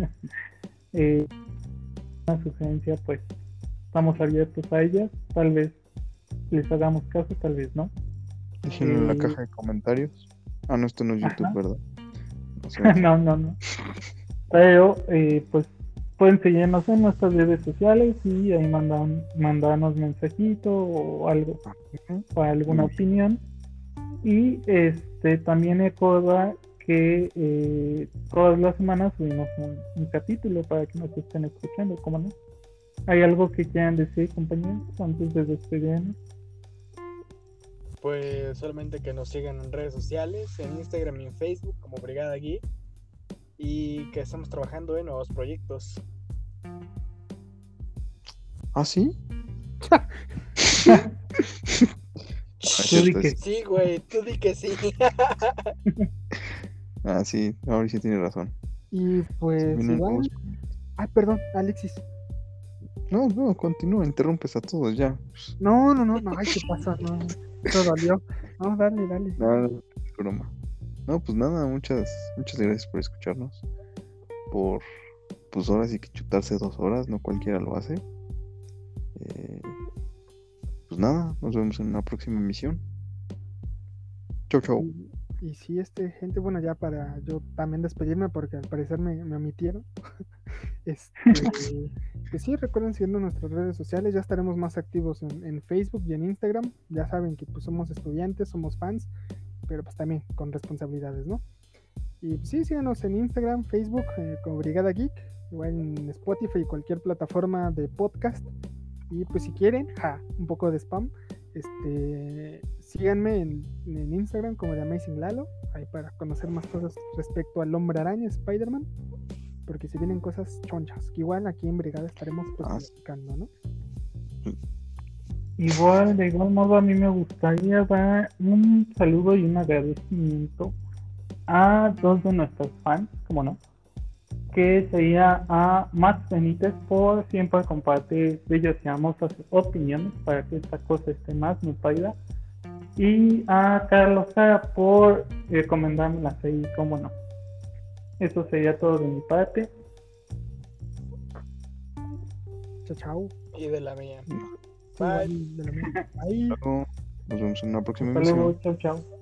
Una sugerencia, pues estamos abiertos a ellas. Tal vez les hagamos caso, tal vez no. Déjenlo en la caja de comentarios. Ah, no, esto no es YouTube, Ajá. ¿verdad? No se me hace. No. Pero, pues pueden seguirnos en nuestras redes sociales y ahí mandarnos mensajito o algo para alguna opinión. Y también recuerda que todas las semanas subimos un capítulo para que nos estén escuchando, ¿cómo no? ¿Hay algo que quieran decir, compañeros, antes de despedirnos? Pues solamente que nos sigan en redes sociales, en Instagram y en Facebook como Brigada Geek, y que estamos trabajando en nuevos proyectos. ¿Ah, sí? Tú di que Sí, güey, tú di que sí. Ah, sí, ahora sí tiene razón. Y pues Vienen igual. nuevos- Ay, perdón, Alexis. No, continúa, interrumpes a todos ya. No, ay, ¿qué pasa? No, eso dolió. No, dale. No, es broma. No, pues nada, muchas gracias por escucharnos. Pues ahora sí que chutarse 2 horas, no cualquiera lo hace. Pues nada, nos vemos en una próxima emisión. Chau. Y sí, gente, bueno, ya para yo también despedirme porque al parecer me omitieron. Pues sí, recuerden siguiendo nuestras redes sociales, ya estaremos más activos en Facebook y en Instagram. Ya saben que pues somos estudiantes, somos fans, pero pues también con responsabilidades, ¿no? Y pues sí, síganos en Instagram, Facebook como Brigada Geek, igual en Spotify y cualquier plataforma de podcast. Y pues si quieren, un poco de spam, síganme en Instagram como The Amazing Lalo, ahí para conocer más cosas respecto al Hombre Araña, Spider-Man, porque si vienen cosas chonchas, que igual aquí en Brigada estaremos pues platicando, ¿no? de igual modo a mí me gustaría dar un saludo y un agradecimiento a 2 de nuestros fans, como no, que sería a Max Benítez por siempre compartir bellas y hermosas opiniones para que esta cosa esté más nutrida, y a Carlos Jara por recomendármelas ahí, como no. Eso sería todo de mi parte. Chao. Y de la mía. Sí, de la mía. Bye. Nos vemos en una próxima Hasta emisión. luego, chau.